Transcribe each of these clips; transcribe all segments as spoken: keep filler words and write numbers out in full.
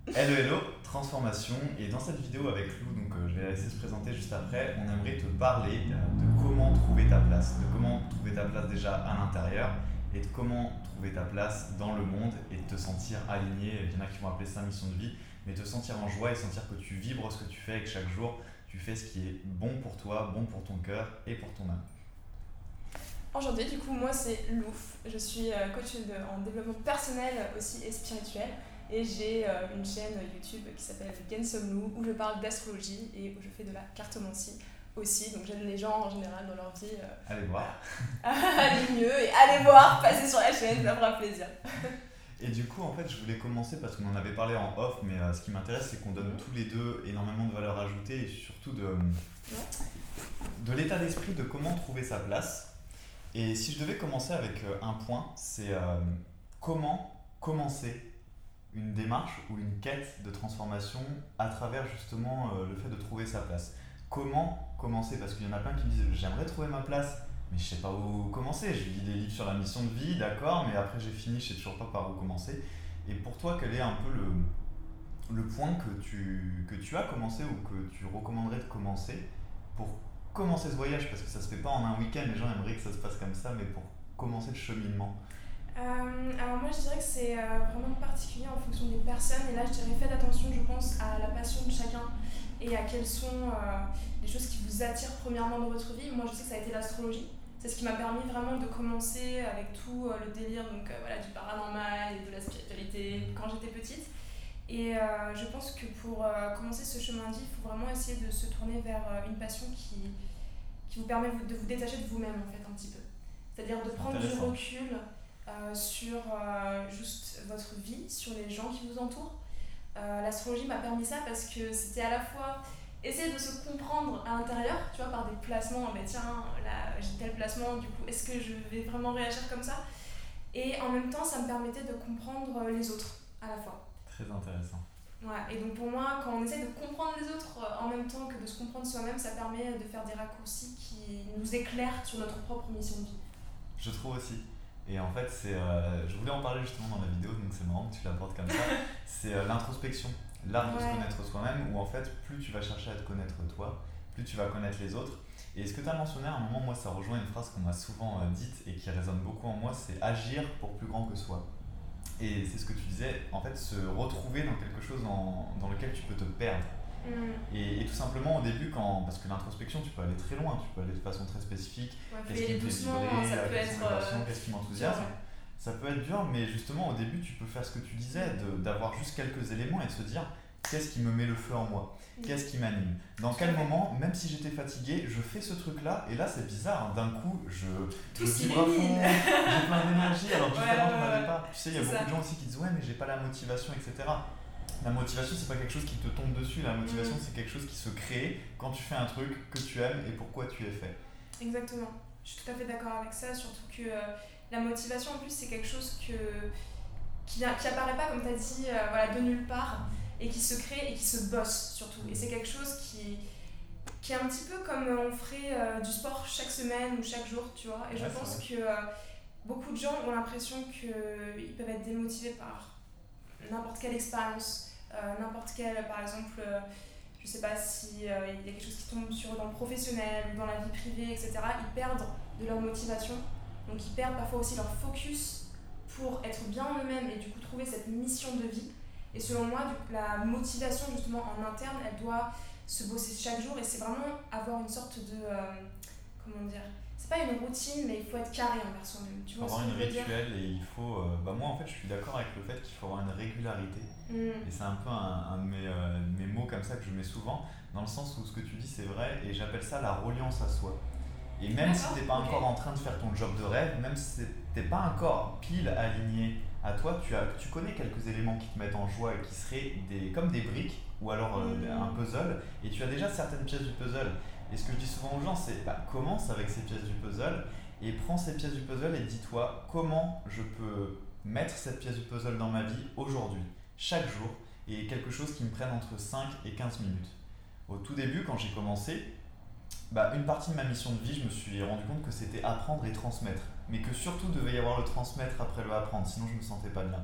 Hello hello, transformation. Et dans cette vidéo avec Lou, donc euh, je vais la laisser se présenter juste après, on aimerait te parler euh, de comment trouver ta place, de comment trouver ta place déjà à l'intérieur et de comment trouver ta place dans le monde et de te sentir aligné. Il y en a qui vont appeler ça mission de vie, mais te sentir en joie et sentir que tu vibres ce que tu fais et que chaque jour tu fais ce qui est bon pour toi, bon pour ton cœur et pour ton âme. Enchantée, du coup, moi c'est Louf. Je suis euh, coach de- en développement personnel aussi et spirituel. Et j'ai euh, une chaîne YouTube qui s'appelle Gain Some Lou où je parle d'astrologie et où je fais de la cartomancie aussi. Donc j'aide les gens en général dans leur vie euh, Allez voir. à aller mieux et allez voir, passer sur la chaîne, ça fera plaisir. Et du coup, en fait, je voulais commencer parce qu'on en avait parlé en off, mais euh, ce qui m'intéresse, c'est qu'on donne Mhm. tous les deux énormément de valeur ajoutée et surtout de, Ouais. de l'état d'esprit de comment trouver sa place. Et si je devais commencer avec euh, un point, c'est euh, comment commencer une démarche ou une quête de transformation à travers justement euh, le fait de trouver sa place. Comment commencer? Parce qu'il y en a plein qui me disent j'aimerais trouver ma place, mais je sais pas où commencer. Je lis des livres sur la mission de vie, d'accord, mais après j'ai fini, je sais toujours pas par où commencer. Et pour toi, quel est un peu le, le point que tu, que tu as commencé ou que tu recommanderais de commencer pour commencer ce voyage? Parce que ça se fait pas en un week-end, les gens aimeraient que ça se passe comme ça, mais pour commencer le cheminement. Euh, alors moi je dirais que c'est euh, vraiment particulier en fonction des personnes et là je dirais faites attention je pense à la passion de chacun et à quelles sont euh, les choses qui vous attirent premièrement dans votre vie. Moi je sais que ça a été l'astrologie, c'est ce qui m'a permis vraiment de commencer avec tout euh, le délire donc, euh, voilà, du paranormal et de la spiritualité quand j'étais petite et euh, je pense que pour euh, commencer ce chemin de vie il faut vraiment essayer de se tourner vers euh, une passion qui, qui vous permet de vous détacher de vous-même en fait un petit peu, c'est-à-dire de prendre du Intéressant. recul euh, sur euh, juste votre vie, sur les gens qui vous entourent. Euh, l'astrologie m'a permis ça parce que c'était à la fois essayer de se comprendre à l'intérieur, tu vois, par des placements, ben tiens, là j'ai tel placement, du coup, est-ce que je vais vraiment réagir comme ça? Et en même temps, ça me permettait de comprendre les autres à la fois. Très intéressant. Ouais, et donc pour moi, quand on essaie de comprendre les autres euh, en même temps que de se comprendre soi-même, ça permet de faire des raccourcis qui nous éclairent sur notre propre mission de vie. Je trouve aussi. Et en fait, c'est, euh, je voulais en parler justement dans la vidéo, donc c'est marrant que tu l'abordes comme ça. C'est euh, l'introspection, l'art de se Ouais. connaître soi-même, où en fait, plus tu vas chercher à te connaître toi, plus tu vas connaître les autres. Et ce que tu as mentionné à un moment, moi, ça rejoint une phrase qu'on m'a souvent euh, dite et qui résonne beaucoup en moi, c'est agir pour plus grand que soi. Et c'est ce que tu disais, en fait, se retrouver dans quelque chose en- dans lequel tu peux te perdre. Mm. Et, et tout simplement au début, quand, parce que l'introspection, tu peux aller très loin, tu peux aller de façon très spécifique. Ouais, Qu'est-ce faut y qui aller me fait doucement, vibrer, ça euh, peut quelles sont être. mes euh, passions, qu'est-ce qui m'enthousiasme. dur. Ça peut être dur, mais justement au début, tu peux faire ce que tu disais, de- d'avoir juste quelques éléments et de se dire qu'est-ce qui me met le feu en moi, qu'est-ce qui m'anime, dans quel moment, même si j'étais fatigué, je fais ce truc-là, et là c'est bizarre, hein, d'un coup je, Tout je vibre à fond, s'illumine. j'ai plein d'énergie, alors juste Ouais, avant ouais, j'en avais ouais. pas. Tu sais, il y a C'est beaucoup ça. de gens aussi qui disent ouais, mais j'ai pas la motivation, et cetera. La motivation, c'est pas quelque chose qui te tombe dessus, la motivation, Mm. c'est quelque chose qui se crée quand tu fais un truc que tu aimes et pourquoi tu es fait. Exactement. Je suis tout à fait d'accord avec ça, surtout que euh, la motivation en plus c'est quelque chose que, qui, vient- qui apparaît pas comme tu as dit euh, voilà, de nulle part et qui se crée et qui se bosse surtout. Et c'est quelque chose qui, qui est un petit peu comme on ferait euh, du sport chaque semaine ou chaque jour, tu vois. Et je Ouais, c'est pense vrai. que euh, beaucoup de gens ont l'impression qu'ils peuvent être démotivés par n'importe quelle expérience, euh, n'importe quelle, par exemple, euh, je sais pas si euh, il y a quelque chose qui tombe sur eux dans le professionnel ou dans la vie privée, et cetera. Ils perdent de leur motivation, donc ils perdent parfois aussi leur focus pour être bien en eux-mêmes et du coup trouver cette mission de vie. Et selon moi, du coup, la motivation justement en interne, elle doit se bosser chaque jour et c'est vraiment avoir une sorte de, euh, comment dire, c'est pas une routine, mais il faut être carré envers soi-même. Tu Il faut vois avoir ce une que je veux dire? rituel et il faut. euh, bah moi en fait je suis d'accord avec le fait qu'il faut avoir une régularité. Mm. Et c'est un peu un, un de, mes, euh, de mes mots comme ça que je mets souvent, dans le sens où ce que tu dis c'est vrai, et j'appelle ça la reliance à soi. Et même si D'accord, t'es pas ok. encore en train de faire ton job de rêve, même si t'es pas encore pile aligné à toi, tu, as, tu connais quelques éléments qui te mettent en joie et qui seraient des, comme des briques ou alors euh, Mm. un puzzle, et tu as déjà certaines pièces du puzzle. Et ce que je dis souvent aux gens, c'est bah, commence avec ces pièces du puzzle et prends ces pièces du puzzle et dis-toi comment je peux mettre cette pièce du puzzle dans ma vie aujourd'hui, chaque jour, et quelque chose qui me prenne entre cinq et quinze minutes. Au tout début, quand j'ai commencé, bah, une partie de ma mission de vie, je me suis rendu compte que c'était apprendre et transmettre. Mais que surtout devait y avoir le transmettre après le apprendre, sinon je me sentais pas bien.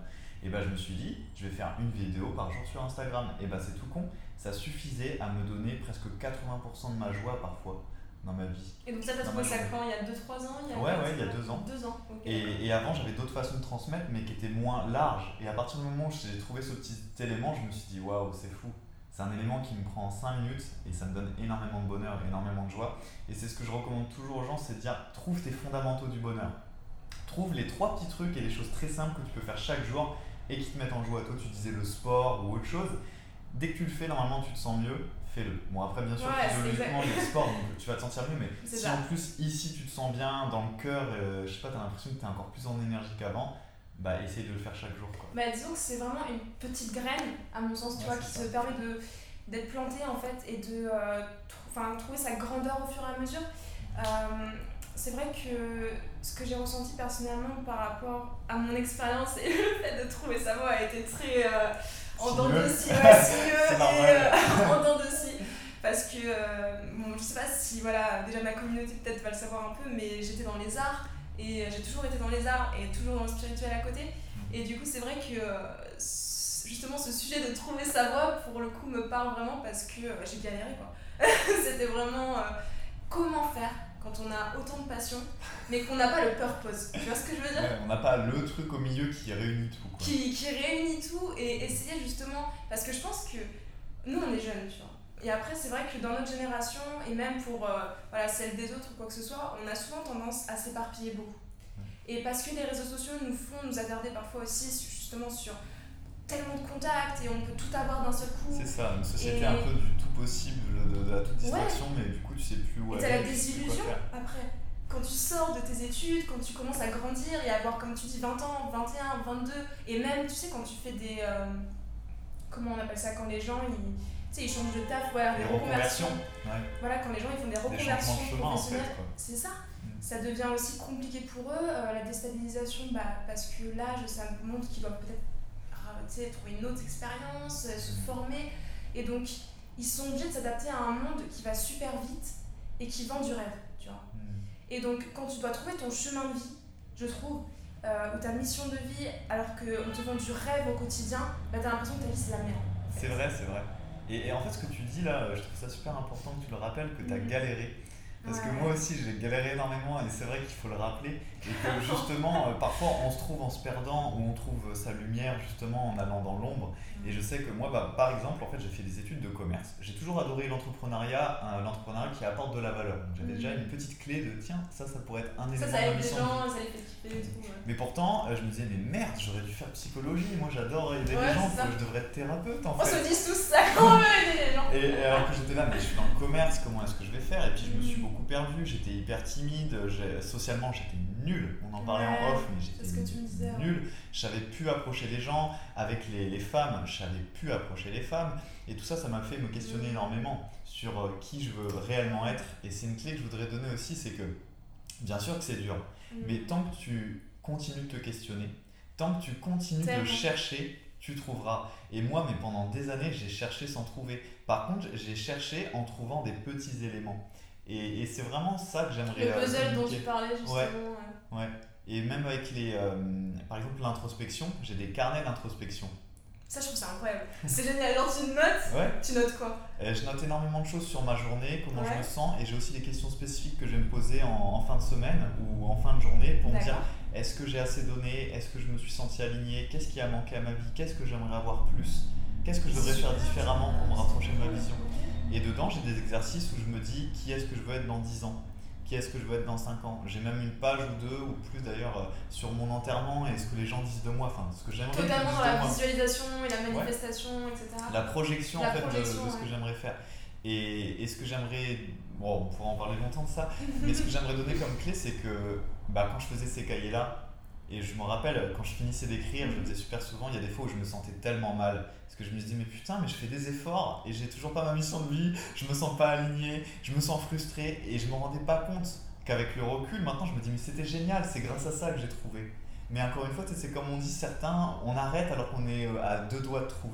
Et bah je me suis dit, je vais faire une vidéo par jour sur Instagram. Et bah c'est tout con, ça suffisait à me donner presque quatre-vingts pour cent de ma joie parfois dans ma vie. Et donc ça, t'as Dans trouvé ma ça journée. quand? Il y a deux trois ans il y a Ouais, ouais, il y a deux ans. Deux ans, ok. Et, et avant, j'avais d'autres façons de transmettre, mais qui étaient moins larges. Et à partir du moment où j'ai trouvé ce petit élément, je me suis dit, waouh, c'est fou. C'est un élément qui me prend cinq minutes et ça me donne énormément de bonheur, énormément de joie. Et c'est ce que je recommande toujours aux gens, c'est de dire, trouve tes fondamentaux du bonheur. Trouve les trois petits trucs et les choses très simples que tu peux faire chaque jour et qui te mettent en joie. Toi, tu disais le sport ou autre chose. Dès que tu le fais, normalement, tu te sens mieux. Fais-le. Bon, après, bien sûr, Ouais, physiologiquement, il y a le sport, donc tu vas te sentir mieux. Mais C'est si ça. en plus, ici, tu te sens bien, dans le cœur, euh, je sais pas, tu as l'impression que tu es encore plus en énergie qu'avant, bah, essaye de le faire chaque jour, quoi. Bah, disons que c'est vraiment une petite graine, à mon sens, tu Ouais, vois, qui c'est se ça. permet de, d'être plantée en fait et de euh, trou- trouver sa grandeur au fur et à mesure. Euh, c'est vrai que ce que j'ai ressenti personnellement par rapport à mon expérience et le fait de trouver sa voie a été très euh, en dents de scie, ouais, sinueux C'est et normal. euh, en dents de scie. Parce que, euh, bon, je sais pas si, voilà, déjà ma communauté peut-être va le savoir un peu, mais j'étais dans les arts et j'ai toujours été dans les arts et toujours dans le spirituel à côté. Et du coup, c'est vrai que euh, justement ce sujet de trouver sa voie, pour le coup, me parle vraiment parce que euh, j'ai galéré, quoi. C'était vraiment euh, comment faire quand on a autant de passion, mais qu'on n'a pas le purpose. Tu vois ce que je veux dire? Ouais, on n'a pas le truc au milieu qui réunit tout, quoi. Qui, qui réunit tout et essayer justement. Parce que je pense que nous, on est jeunes, tu vois. Et après, c'est vrai que dans notre génération, et même pour euh, voilà, celle des autres ou quoi que ce soit, on a souvent tendance à s'éparpiller beaucoup. Et parce que les réseaux sociaux nous font nous attarder parfois aussi justement sur tellement de contacts et on peut tout avoir d'un seul coup. C'est ça, une société Et- un peu du tout possible, de, de la toute distraction, mais du coup tu sais plus où Et aller. t'as la tu sais plus quoi désillusion faire. après. Quand tu sors de tes études, quand tu commences à grandir et avoir, comme tu dis, vingt ans, vingt et un, vingt-deux, et même, tu sais, quand tu fais des. euh, comment on appelle ça? Quand les gens, ils, tu sais, ils changent de taf, voilà, Des des reconversions, reconversions. ouais. Voilà, quand les gens ils font des Des reconversions changements de chemin en fait, professionnelles, quoi. c'est ça. Mm. Ça devient aussi compliqué pour eux, euh, la déstabilisation, bah, parce que l'âge, ça montre qu'ils doivent peut-être ah, tu sais, trouver une autre expérience, euh, se former. Et donc, ils sont obligés de s'adapter à un monde qui va super vite et qui vend du rêve, tu vois. Mm. Et donc, quand tu dois trouver ton chemin de vie, je trouve, euh, ou ta mission de vie, alors qu'on te vend du rêve au quotidien, bah, t'as l'impression que ta vie, c'est la merde. en fait. C'est vrai, c'est vrai. Et, et en fait, ce que tu dis là, je trouve ça super important que tu le rappelles, que tu as Mhm. galéré. Parce que Ouais. moi aussi, j'ai galéré énormément et c'est vrai qu'il faut le rappeler. Et que justement, euh, parfois, on se trouve en se perdant ou on trouve sa lumière justement en allant dans l'ombre. Et je sais que moi, bah, par exemple, en fait, j'ai fait des études de commerce. J'ai toujours adoré l'entrepreneuriat, euh, l'entrepreneuriat qui apporte de la valeur. Donc, j'avais Mhm. déjà une petite clé de tiens, ça, ça pourrait être un Ça, élément ça de ma aide les mission de vie. gens, ça les fait kiffer et tout. Ouais. Mais pourtant, euh, je me disais, mais merde, j'aurais dû faire psychologie. Moi, j'adore aider Ouais, les gens, c'est ça. je devrais être thérapeute en On fait. se dit tous ça quand on veut aider les gens. Et, et alors que j'étais là, mais je suis dans le commerce, comment est-ce que je vais faire? Et puis je me suis Mhm. beaucoup perdu, j'étais hyper timide, j'ai- socialement j'étais nul. On en parlait Ouais, en off, mais c'est ce que tu me disais, j'étais ouais. nul. Je savais plus approcher les gens. Avec les, les femmes, je savais plus approcher les femmes. Et tout ça, ça m'a fait me questionner Mhm. énormément sur euh, qui je veux réellement être. Et c'est une clé que je voudrais donner aussi, c'est que bien sûr que c'est dur, Mhm. mais tant que tu continues de te questionner, tant que tu continues Tellement. de chercher, tu trouveras. Et moi, mais pendant des années, j'ai cherché sans trouver. Par contre, j'ai cherché en trouvant des petits éléments. Et, et c'est vraiment ça que j'aimerais Le euh, puzzle dont communiquer. tu parlais justement. Ouais. ouais. Ouais. Et même avec les, euh, par exemple l'introspection, j'ai des carnets d'introspection. Ça, je trouve ça incroyable. C'est génial. Genre, tu notes, Ouais. tu notes quoi? Euh, je note énormément de choses sur ma journée, comment je Ouais. me sens, et j'ai aussi des questions spécifiques que je vais me poser en, en fin de semaine ou en fin de journée pour me dire D'accord. est-ce que j'ai assez donné, est-ce que je me suis senti aligné, qu'est-ce qui a manqué à ma vie, qu'est-ce que j'aimerais avoir plus, qu'est-ce que je devrais faire différemment pour me rapprocher de ma vision. Et dedans, j'ai des exercices où je me dis qui est-ce que je veux être dans dix ans, qui est-ce que je veux être dans cinq ans. J'ai même une page ou deux ou plus d'ailleurs euh, sur mon enterrement et ce que les gens disent de moi, enfin ce que j'aimerais qu'ils Totalement disent dans de la moi. visualisation et la manifestation, et cetera. La projection La en fait de- projection, de, ce que ouais. j'aimerais faire. Et, et ce que j'aimerais, bon on pourra en parler longtemps de ça, mais ce que j'aimerais donner comme clé c'est que bah, quand je faisais ces cahiers là, et je me rappelle quand je finissais d'écrire, je le faisais super souvent, il y a des fois où je me sentais tellement mal. Parce que je me disais mais putain mais je fais des efforts et j'ai toujours pas ma mission de vie, je me sens pas aligné, je me sens frustré et je me rendais pas compte qu'avec le recul maintenant je me dis mais c'était génial, c'est grâce à ça que j'ai trouvé. Mais encore une fois c'est comme on dit certains, on arrête alors qu'on est à deux doigts de trouver.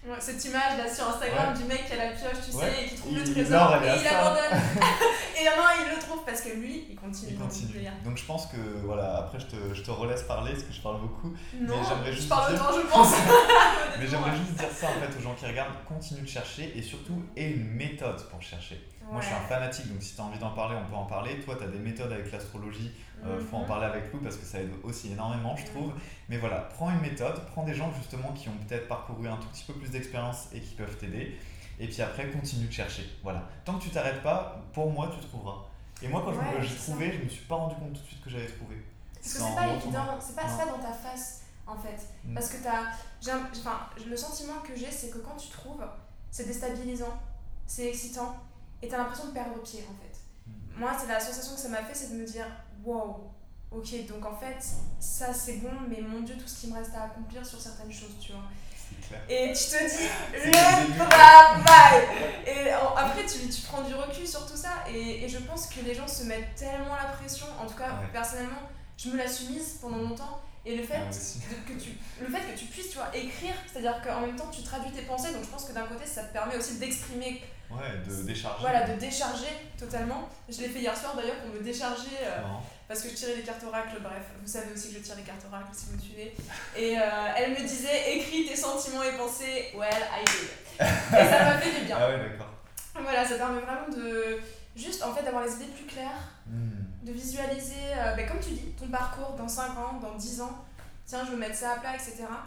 Ouais, cette image là sur Instagram Ouais. du mec qui a la pioche, tu Ouais. sais, et qui trouve Il- le il trésor meurt, elle est à et il ça. abandonne. Et il y en a un, il le trouve parce que lui, il continue. Il dans le continue. délire. Donc je pense que voilà, après je te, je te relaisse parler parce que je parle beaucoup. Non, j'aimerais je juste parle dire- autant, je pense. Mais j'aimerais juste dire ça en fait aux gens qui regardent, continue de chercher et surtout aie une méthode pour chercher. Moi je suis un fanatique, donc si tu as envie d'en parler, on peut en parler. Toi tu as des méthodes avec l'astrologie, euh, faut en parler avec Lou parce que ça aide aussi énormément je trouve. Mais voilà, prends une méthode, prends des gens justement qui ont peut-être parcouru un tout petit peu plus d'expérience et qui peuvent t'aider. Et puis après continue de chercher. Voilà. Tant que tu t'arrêtes pas, pour moi tu trouveras. Et moi quand je me- Ouais, j'ai c'est trouvé, je me suis pas rendu compte tout de suite que j'avais trouvé. Parce que en c'est pas retournant. évident, c'est pas, Non. c'est pas dans ta face en fait. Mm. Parce que t'as. j'ai un- Enfin, le sentiment que j'ai, c'est que quand tu trouves, c'est déstabilisant, c'est excitant, et t'as l'impression de perdre pied en fait. Mm. Moi, c'est la sensation que ça m'a fait, c'est de me dire wow, ok, donc en fait, ça c'est bon, mais mon Dieu, tout ce qui me reste à accomplir sur certaines choses, tu vois. C'est clair. Et tu te dis C'est le le début. travail. Et en- après tu, tu prends du recul sur tout ça et, et je pense que les gens se mettent tellement la pression, en tout cas Ouais. personnellement je me la suis mise pendant longtemps et le fait, Ah, aussi. de- que tu, le fait que tu puisses tu vois, écrire, c'est-à-dire qu'en même temps tu traduis tes pensées, donc je pense que d'un côté ça te permet aussi d'exprimer, Ouais, de décharger. voilà, de décharger totalement. Je l'ai fait hier soir d'ailleurs pour me décharger euh, Non. parce que je tirais des cartes oracles, bref, vous savez aussi que je tire les cartes oracles si vous me suivez. Et euh, elle me disait écris tes sentiments et pensées, well I did. Et ça m'a fait du bien. Ah ouais, d'accord. Voilà, ça permet vraiment de juste en fait d'avoir les idées plus claires, Mm. de visualiser, euh, ben, comme tu dis, ton parcours dans cinq ans, dans dix ans. Tiens, je veux mettre ça à plat, et cetera.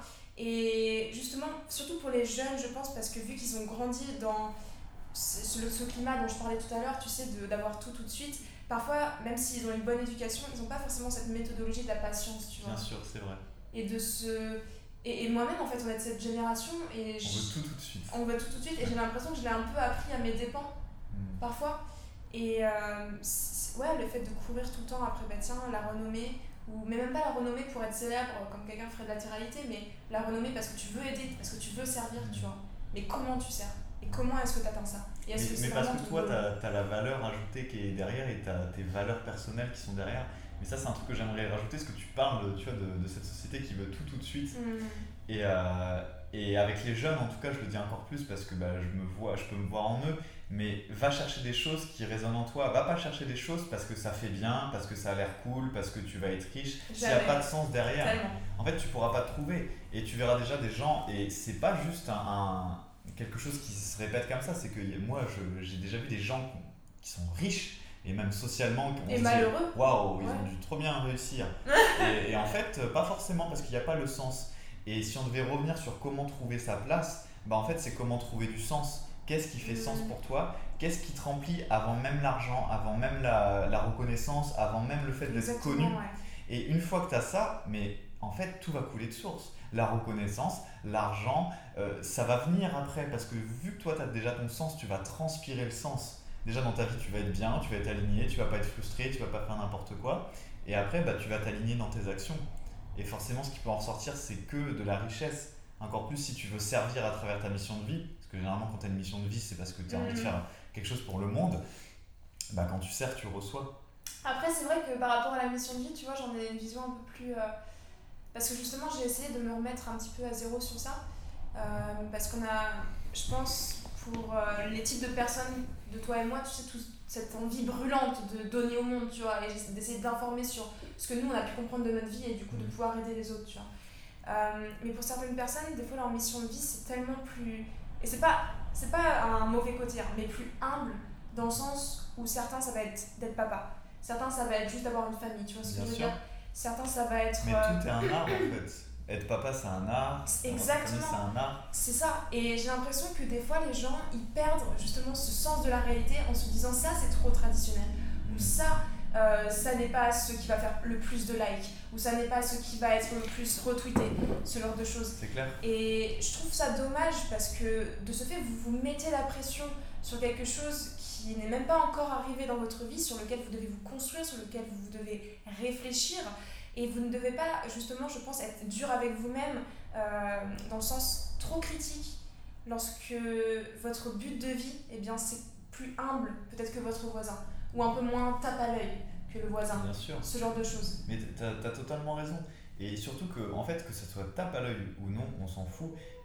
Et justement, surtout pour les jeunes, je pense, parce que vu qu'ils ont grandi dans ce, ce- ce climat dont je parlais tout à l'heure, tu sais, de- d'avoir tout tout de suite, parfois, même s'ils ont une bonne éducation, ils n'ont pas forcément cette méthodologie de la patience, tu vois. Bien sûr, c'est vrai. Et de se... Et, et moi-même, en fait, on est de cette génération et On je- veut tout tout de suite. on veut tout tout de suite et j'ai l'impression que je l'ai un peu appris à mes dépens Mm. parfois. Et euh, c'est- ouais, le fait de courir tout le temps après, bah tiens, la renommée, ou mais même pas la renommée pour être célèbre, comme quelqu'un ferait de la latéralité, mais la renommée parce que tu veux aider, parce que tu veux servir, tu vois. Mais comment tu sers? Et comment est-ce que tu atteins ça? Et Mais, est-ce que mais c'est parce vraiment que ton toi, boulot? tu as, la valeur ajoutée qui est derrière et tu as tes valeurs personnelles qui sont derrière. Mais ça, c'est un truc que j'aimerais rajouter, parce que tu parles tu vois, de, de cette société qui veut tout tout de suite. Hmm. Et, euh, et avec les jeunes, en tout cas, je le dis encore plus parce que bah, je, me vois, je peux me voir en eux. Mais va chercher des choses qui résonnent en toi. Va pas chercher des choses parce que ça fait bien, parce que ça a l'air cool, parce que tu vas être riche. S'il n'y a Jamais. pas de sens derrière, Tellement. en fait, tu pourras pas trouver. Et tu verras déjà des gens, et c'est pas juste un, un- quelque chose qui se répète comme ça, c'est que moi, je- j'ai déjà vu des gens qui sont riches, et même socialement, qui Et malheureux. waouh, ils Ouais. ont dû trop bien réussir. et, et en fait, pas forcément parce qu'il n'y a pas le sens. Et si on devait revenir sur comment trouver sa place, bah en fait, c'est comment trouver du sens. Qu'est-ce qui fait Mhm. sens pour toi? Qu'est-ce qui te remplit avant même l'argent, avant même la, la reconnaissance, avant même le fait d'être Exactement, connu? ouais. Et une fois que tu as ça, mais en fait, tout va couler de source. La reconnaissance, l'argent, euh, ça va venir après parce que vu que toi, tu as déjà ton sens, tu vas transpirer le sens. Déjà dans ta vie, tu vas être bien, tu vas être aligné, tu vas pas être frustré, tu vas pas faire n'importe quoi. Et après, bah, tu vas t'aligner dans tes actions. Et forcément, ce qui peut en ressortir, c'est que de la richesse. Encore plus si tu veux servir à travers ta mission de vie. Parce que généralement, quand tu as une mission de vie, c'est parce que tu as envie de Mhm. faire quelque chose pour le monde. Bah, quand tu sers, tu reçois. Après, c'est vrai que par rapport à la mission de vie, tu vois, j'en ai une vision un peu plus. euh, Parce que justement, j'ai essayé de me remettre un petit peu à zéro sur ça. Euh, parce qu'on a, je pense, pour euh, les types de personnes, de toi et moi, tu sais, toute cette envie brûlante de donner au monde, tu vois, et j'essaie d'essayer d'informer sur ce que nous, on a pu comprendre de notre vie et du coup de pouvoir aider les autres, tu vois. Euh, mais pour certaines personnes, des fois, leur mission de vie, c'est tellement plus. Et c'est pas, c'est pas un mauvais côté, hein, mais plus humble, dans le sens où certains, ça va être d'être papa. Certains, ça va être juste d'avoir une famille, tu vois ce que Bien je veux sûr. dire. Certains, ça va être. Mais euh, tout est un art en fait. Être papa, c'est un art. Exactement. C'est un art. C'est ça. Et j'ai l'impression que des fois, les gens, ils perdent justement ce sens de la réalité en se disant ça, c'est trop traditionnel. Ou ça, euh, ça n'est pas ce qui va faire le plus de likes. Ou ça n'est pas ce qui va être le plus retweeté. Ce genre de choses. C'est clair. Et je trouve ça dommage parce que de ce fait, vous vous mettez la pression sur quelque chose qui n'est même pas encore arrivé dans votre vie, sur lequel vous devez vous construire, sur lequel vous devez réfléchir. Et vous ne devez pas, justement, je pense, être dur avec vous-même euh, dans le sens trop critique lorsque votre but de vie, eh bien, c'est plus humble peut-être que votre voisin ou un peu moins tape à l'œil que le voisin. Bien sûr. Ce genre de choses. Mais t'as as totalement raison. Et surtout que, en fait, que ce soit tape à l'œil ou non, on s'en fout.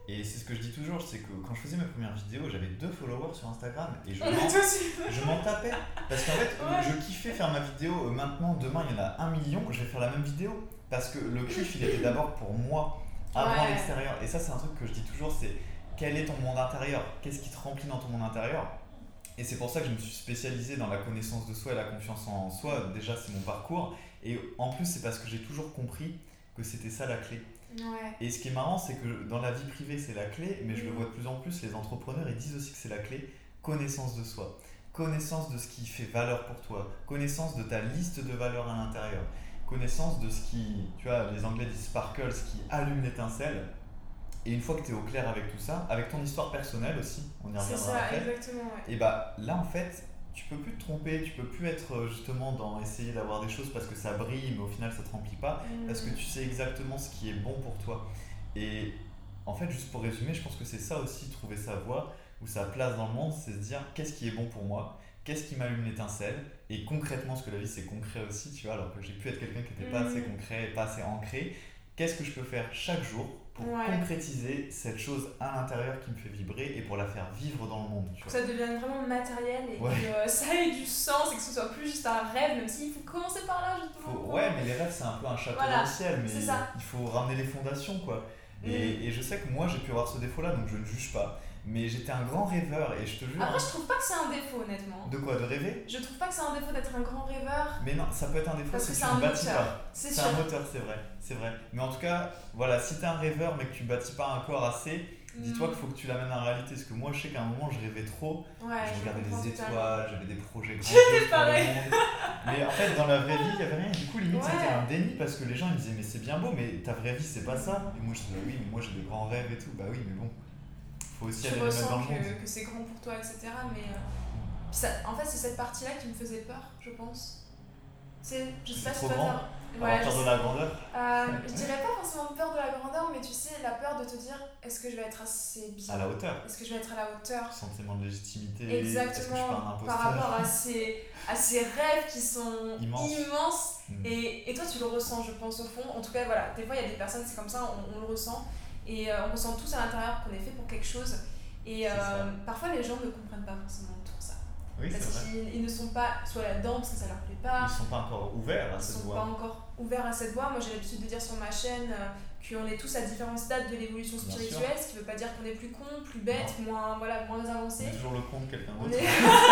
Et c'est ce que je dis toujours, c'est que quand je faisais mes premières vidéos, j'avais deux followers sur Instagram et je On m'en, est tous. je m'en tapais. Parce qu'en fait, Ouais. je kiffais faire ma vidéo. Euh, Maintenant, demain, il y en a un million, je vais faire la même vidéo. Parce que le kiff, il était d'abord pour moi, avant Ouais. l'extérieur. Et ça, c'est un truc que je dis toujours, c'est quel est ton monde intérieur? Qu'est-ce qui te remplit dans ton monde intérieur? Et c'est pour ça que je me suis spécialisé dans la connaissance de soi et la confiance en soi. Déjà, c'est mon parcours. Et en plus, c'est parce que j'ai toujours compris que c'était ça la clé. Ouais. Et ce qui est marrant, c'est que dans la vie privée, c'est la clé, mais je le Mhm. vois de plus en plus, les entrepreneurs, ils disent aussi que c'est la clé, connaissance de soi, connaissance de ce qui fait valeur pour toi, connaissance de ta liste de valeurs à l'intérieur, connaissance de ce qui, tu vois, les Anglais disent sparkle, ce qui allume l'étincelle. Et une fois que tu es au clair avec tout ça, avec ton histoire personnelle aussi, on y C'est reviendra ça, après, exactement. Ouais. et bah là en fait, tu peux plus te tromper, tu peux plus être euh, justement dans essayer d'avoir des choses parce que ça brille, mais au final ça te remplit pas, parce que Mhm. tu sais exactement ce qui est bon pour toi. Et en fait, juste pour résumer, je pense que c'est ça aussi, trouver sa voie ou sa place dans le monde, c'est se dire qu'est-ce qui est bon pour moi, qu'est-ce qui m'allume l'étincelle, et concrètement, parce que la vie c'est concret aussi, tu vois, alors que j'ai pu être quelqu'un qui n'était pas assez Mhm. concret et pas assez ancré, qu'est-ce que je peux faire chaque jour pour Ouais. concrétiser cette chose à l'intérieur qui me fait vibrer et pour la faire vivre dans le monde, tu Que vois. ça devienne vraiment matériel et Ouais. que euh, ça ait du sens et que ce soit plus juste un rêve, même s'il faut commencer par là, juste pour Faut- le ouais, mais les rêves c'est un peu un château Voilà, dans le ciel, mais c'est ça. il faut ramener les fondations quoi. Et, Mm. et je sais que moi j'ai pu avoir ce défaut là, donc je ne juge pas. Mais j'étais un grand rêveur et je te jure. Après, je trouve pas que c'est un défaut, honnêtement. De quoi? De rêver? Je trouve pas que c'est un défaut d'être un grand rêveur. Mais non, ça peut être un défaut Parce que si c'est tu un ne bâtis moteur. pas. C'est C'est sûr. un moteur, c'est vrai, c'est vrai. Mais en tout cas, voilà, si t'es un rêveur mais que tu bâtis pas un corps assez, dis-toi Mm. qu'il faut que tu l'amènes en réalité. Parce que moi, je sais qu'à un moment, je rêvais trop. Ouais, je regardais comprends les totalement. étoiles, j'avais des projets grandioses pour pareil. le monde. Mais en fait, dans la vraie vie, il y avait rien. Du coup, limite, Ouais. c'était un déni parce que les gens ils me disaient, mais c'est bien beau, mais ta vraie vie, c'est pas ça. Et moi, je disais, oui, mais moi, j'ai des grands rêves et tout. Bah oui, mais bon, faut aussi Tu aller les mettre dans ressens le monde. que, que c'est grand pour toi, et cetera. Mais euh, ça, en fait, c'est cette partie-là qui me faisait peur, je pense. C'est, je sais C'est pas si trop toi grand. t'as- Avoir Ouais, peur je de sais. la grandeur. Euh, je dirais pas forcément peur de la grandeur, mais tu sais, la peur de te dire est-ce que je vais être assez bien? À la hauteur. Est-ce que je vais être à la hauteur? Sentiment de légitimité. Est-ce que je suis pas un Exactement, imposteur? par rapport à ces, à ces rêves qui sont Immenses. immenses. Mm. Et, et toi, tu le ressens, je pense, au fond. En tout cas, voilà, des fois, il y a des personnes, c'est comme ça, on, on le ressent. Et euh, on ressent tous à l'intérieur qu'on est fait pour quelque chose. Et C'est euh, ça. parfois, les gens ne comprennent pas forcément tout ça. Oui, c'est Parce vrai. qu'ils ils ne sont pas soit là-dedans, parce que ça leur plaît pas. Ils sont pas encore ouverts à Ils cette sont voie. pas encore ouverts à cette voie. Moi, j'ai l'habitude de dire sur ma chaîne euh, qu'on est tous à différents stades de l'évolution Bien spirituelle, ce qui veut pas dire qu'on est plus con, plus bête, moins, voilà, moins On avancé. est toujours le compte de quelqu'un On d'autre.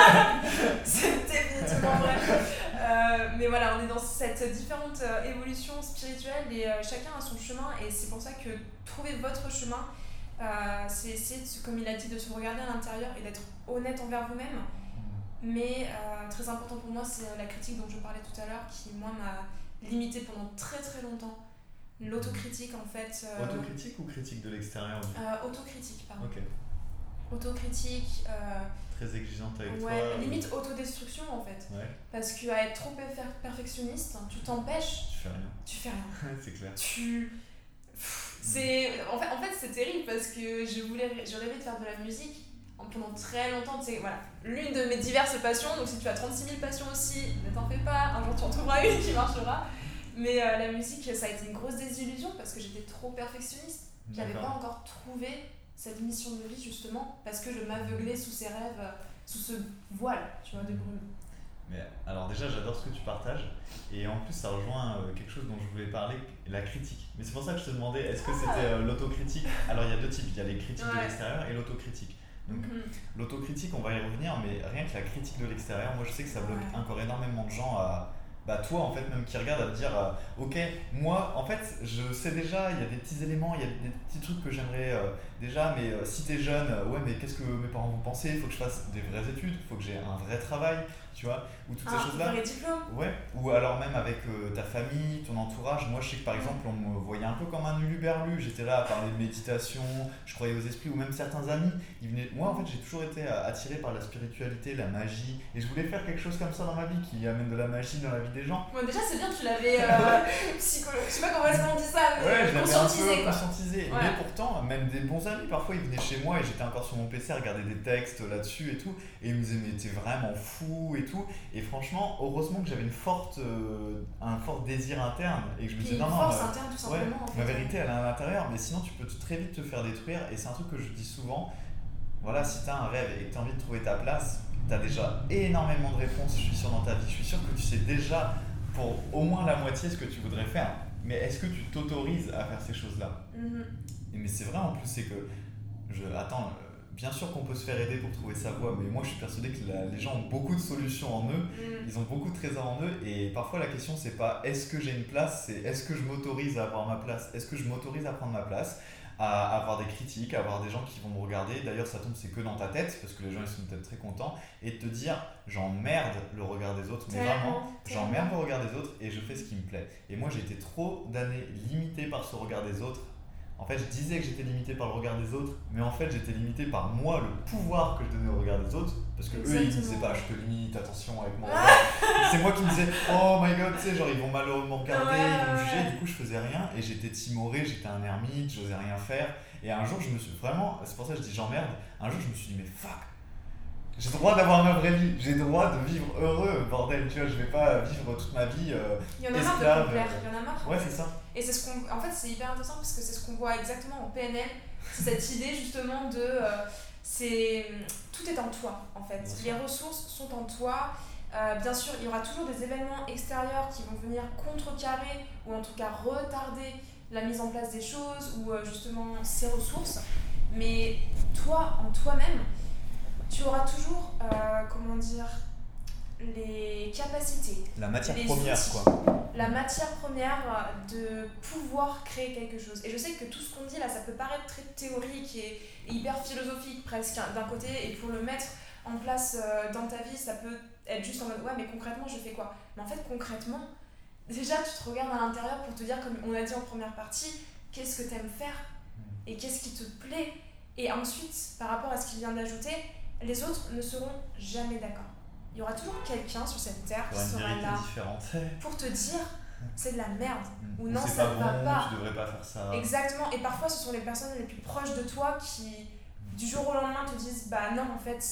est... C'est définitivement vrai. Euh, mais voilà, on est dans cette différente euh, évolution spirituelle et euh, chacun a son chemin. Et c'est pour ça que trouver votre chemin, euh, c'est essayer, de, se- comme il a dit, de se regarder à l'intérieur et d'être honnête envers vous-même. Mais euh, très important pour moi, c'est la critique dont je parlais tout à l'heure, qui moi m'a limité pendant très très longtemps. L'autocritique en fait. euh, Autocritique ou critique de l'extérieur? euh, autocritique, pardon. Ok. Autocritique, euh, Très exigeante avec ouais, toi. limite autodestruction en fait. Ouais, Parce qu'à être trop per- perfectionniste, tu t'empêches, tu fais rien. tu fais rien. C'est clair. Tu. Pff, C'est... En fait, en fait c'est terrible parce que je, voulais... je rêvais de faire de la musique en- pendant très longtemps. Tu sais, voilà, l'une de mes diverses passions. Donc si tu as trente-six mille passions aussi, ne t'en fais pas, un jour tu en trouveras une qui marchera. Mais euh, la musique, ça a été une grosse désillusion parce que j'étais trop perfectionniste. J'avais pas D'accord. encore trouvé cette mission de vie justement parce que je m'aveuglais sous ces rêves, euh, sous ce voile, tu vois, de brume. Mais alors déjà j'adore ce que tu partages et en plus ça rejoint euh, quelque chose dont je voulais parler, la critique. Mais c'est pour ça que je te demandais, est-ce que c'était euh, l'autocritique? Alors il y a deux types, il y a les critiques de Ouais. l'extérieur et l'autocritique. Donc Mhm. l'autocritique on va y revenir, mais rien que la critique de l'extérieur, moi je sais que ça bloque Ouais. encore énormément de gens à... Bah toi en fait même qui regarde à te dire euh, ok moi en fait je sais déjà il y a des petits éléments, il y a des petits trucs que j'aimerais euh, déjà mais euh, si t'es jeune euh, ouais mais qu'est-ce que mes parents vont penser, il faut que je fasse des vraies études, il faut que j'ai un vrai travail tu vois, ou toutes ces Ah, choses là. vrai diplôme. Ouais, ou alors même avec euh, ta famille, ton entourage. Moi, je sais que par exemple, on me voyait un peu comme un uluberlu. J'étais là à parler de méditation, je croyais aux esprits, ou même certains amis. Ils venaient... Moi, en fait, j'ai toujours été euh, attiré par la spiritualité, la magie. Et je voulais faire quelque chose comme ça dans ma vie, qui amène de la magie dans la vie des gens. Bon, déjà, c'est bien, tu l'avais euh, psycholo... Je sais pas comment est-ce qu'on dit ça, mais ouais, je l'avais un peu quoi. conscientisé. Ouais. Mais pourtant, même des bons amis, parfois ils venaient chez moi et j'étais encore sur mon P C à regarder des textes là-dessus et tout. Et ils me disaient, mais t'es vraiment fou et tout. Et franchement, heureusement que j'avais une forte, euh, un fort désir interne. Et que je me disais, Puis non, une non, force euh, interne, tout ouais, simplement. En fait. la vérité elle est à l'intérieur, mais sinon tu peux très vite te faire détruire. Et c'est un truc que je dis souvent. Voilà, si t'as un rêve et que t'as envie de trouver ta place, t'as déjà énormément de réponses, je suis sûr, dans ta vie. Je suis sûr que tu sais déjà pour au moins la moitié ce que tu voudrais faire. Mais est-ce que tu t'autorises à faire ces choses-là? Mm-hmm. Et mais c'est vrai en plus, c'est que je attends, euh, bien sûr qu'on peut se faire aider pour trouver sa voie, mais moi je suis persuadé que la, les gens ont beaucoup de solutions en eux, Mm. ils ont beaucoup de trésors en eux, et parfois la question c'est pas est-ce que j'ai une place, c'est est-ce que je m'autorise à avoir ma place, est-ce que je m'autorise à prendre ma place, à avoir des critiques, à avoir des gens qui vont me regarder, d'ailleurs ça tombe c'est que dans ta tête, parce que les gens ils sont peut-être très contents, et de te dire j'emmerde le regard des autres, mais vraiment j'emmerde le regard des autres et je fais ce qui me plaît. Et moi j'ai été trop d'années limité par ce regard des autres. En fait, je disais que j'étais limité par le regard des autres, mais en fait, j'étais limité par moi, le pouvoir que je donnais au regard des autres, parce que eux, ils me disaient pas, je te limite, attention avec mon regard. C'est moi qui me disais, oh my god, tu sais, genre ils vont mal me regarder, ouais, ils vont me ouais. juger, du coup, je faisais rien, et j'étais timoré, j'étais un ermite, j'osais rien faire. Et un jour, je me suis vraiment, c'est pour ça que je dis j'emmerde, un jour, je me suis dit, mais fuck, j'ai le droit d'avoir ma vraie vie, j'ai le droit de vivre heureux, bordel, tu vois, je vais pas vivre toute ma vie euh, Il y en a esclave. marre de complaire, il y en a marre. Ouais, c'est ça. Et c'est ce qu'on, en fait, c'est hyper intéressant parce que c'est ce qu'on voit exactement en P N L. C'est cette idée justement de, euh, c'est tout est en toi en fait. Les ressources sont en toi. Euh, bien sûr, il y aura toujours des événements extérieurs qui vont venir contrecarrer ou en tout cas retarder la mise en place des choses ou euh, justement ces ressources. Mais toi, en toi-même, tu auras toujours, euh, comment dire, les capacités, la matière les première, outils, quoi. La matière première de pouvoir créer quelque chose. Et je sais que tout ce qu'on dit là, ça peut paraître très théorique et hyper philosophique presque d'un côté, et pour le mettre en place euh, dans ta vie, ça peut être juste en mode ouais, mais concrètement, je fais quoi? Mais en fait, concrètement, déjà, tu te regardes à l'intérieur pour te dire, comme on a dit en première partie, qu'est-ce que tu aimes faire et qu'est-ce qui te plaît. Et ensuite, par rapport à ce qu'il vient d'ajouter, les autres ne seront jamais d'accord. Il y aura toujours quelqu'un sur cette terre qui sera là différente. pour te dire c'est de la merde mmh. ou non, c'est ça pas ne bon, va pas. Tu devrais pas faire ça. Exactement. Et parfois, ce sont les personnes les plus proches de toi qui, du jour au lendemain, te disent bah non, en fait,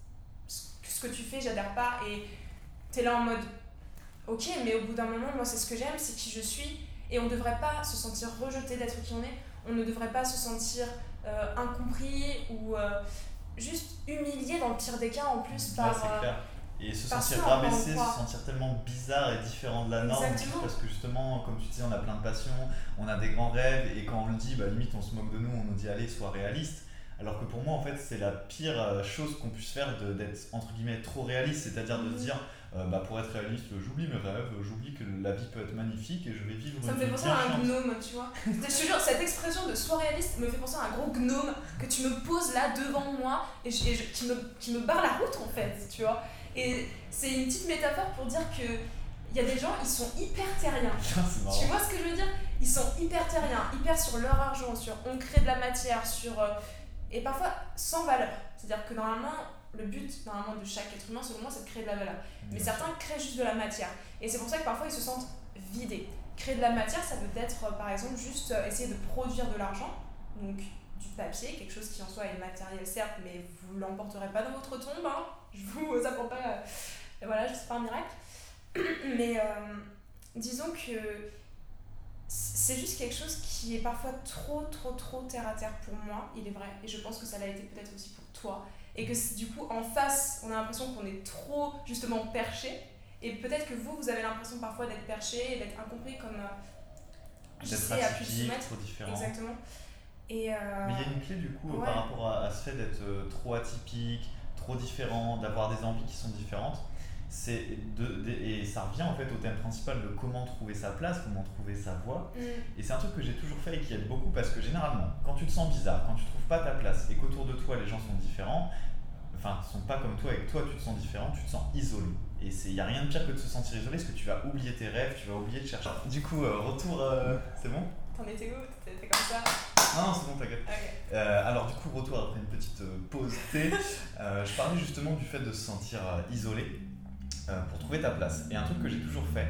ce que tu fais, j'adhère pas. Et t'es là en mode ok, mais au bout d'un moment, moi, c'est ce que j'aime, c'est qui je suis. Et on ne devrait pas se sentir rejeté d'être qui on est. On ne devrait pas se sentir euh, incompris ou euh, juste humilié dans le pire des cas en plus par. Ouais, c'est clair. Et se Parce sentir rabaissé, se sentir tellement bizarre et différent de la norme, juste parce que justement, comme tu dis, on a plein de passions, on a des grands rêves, et quand on le dit, bah, limite on se moque de nous, on nous dit allez, sois réaliste. Alors que pour moi, en fait, c'est la pire chose qu'on puisse faire de, d'être entre guillemets trop réaliste, c'est-à-dire de se dire euh, bah, pour être réaliste, j'oublie mes rêves, j'oublie que la vie peut être magnifique et je vais vivre ça une me fait vie penser bien à un chiante. gnome, tu vois. Je te jure, cette expression de sois réaliste me fait penser à un gros gnome que tu me poses là devant moi et, je, et je, qui, me, qui me barre la route en fait, tu vois. Et c'est une petite métaphore pour dire que il y a des gens, ils sont hyper terriens. Tu vois ce que je veux dire? Ils sont hyper terriens, hyper sur leur argent, sur on crée de la matière, sur euh, et parfois sans valeur. C'est-à-dire que normalement, le but normalement de chaque être humain, selon moi, c'est de créer de la valeur. Mais Bien certains sûr. créent juste de la matière. Et c'est pour ça que parfois ils se sentent vidés. Créer de la matière, ça peut être euh, par exemple juste euh, essayer de produire de l'argent, donc du papier, quelque chose qui en soi est matériel certes, mais vous ne l'emporterez pas dans votre tombe, hein. Je vous apprends pas, euh, voilà, je sais pas un miracle. Mais euh, disons que c'est juste quelque chose qui est parfois trop, trop, trop terre à terre pour moi, il est vrai, et je pense que ça l'a été peut-être aussi pour toi, et que du coup en face, on a l'impression qu'on est trop justement perché, et peut-être que vous, vous avez l'impression parfois d'être perché, et d'être incompris comme euh, d'être atypique, trop différent. Exactement. Et euh... Mais il y a une clé du coup ouais. par rapport à, à ce fait d'être euh, trop atypique, trop différent, d'avoir des envies qui sont différentes. C'est de, de, et ça revient en fait au thème principal de comment trouver sa place, comment trouver sa voie. Mm. Et c'est un truc que j'ai toujours fait et qui aide beaucoup parce que généralement, quand tu te sens bizarre, quand tu trouves pas ta place et qu'autour de toi les gens sont différents, enfin sont pas comme toi et que toi tu te sens différent, tu te sens isolé. Et il n'y a rien de pire que de se sentir isolé parce que tu vas oublier tes rêves, tu vas oublier de chercher. Du coup, euh, retour, euh, c'est bon? T'en étais où? T'étais comme ça? Non, non, c'est bon, t'inquiète. Okay. Euh, alors du coup, retour après une petite euh, pause thé. Euh, je parlais justement du fait de se sentir euh, isolé. euh, pour trouver ta place. Et un truc que j'ai toujours fait,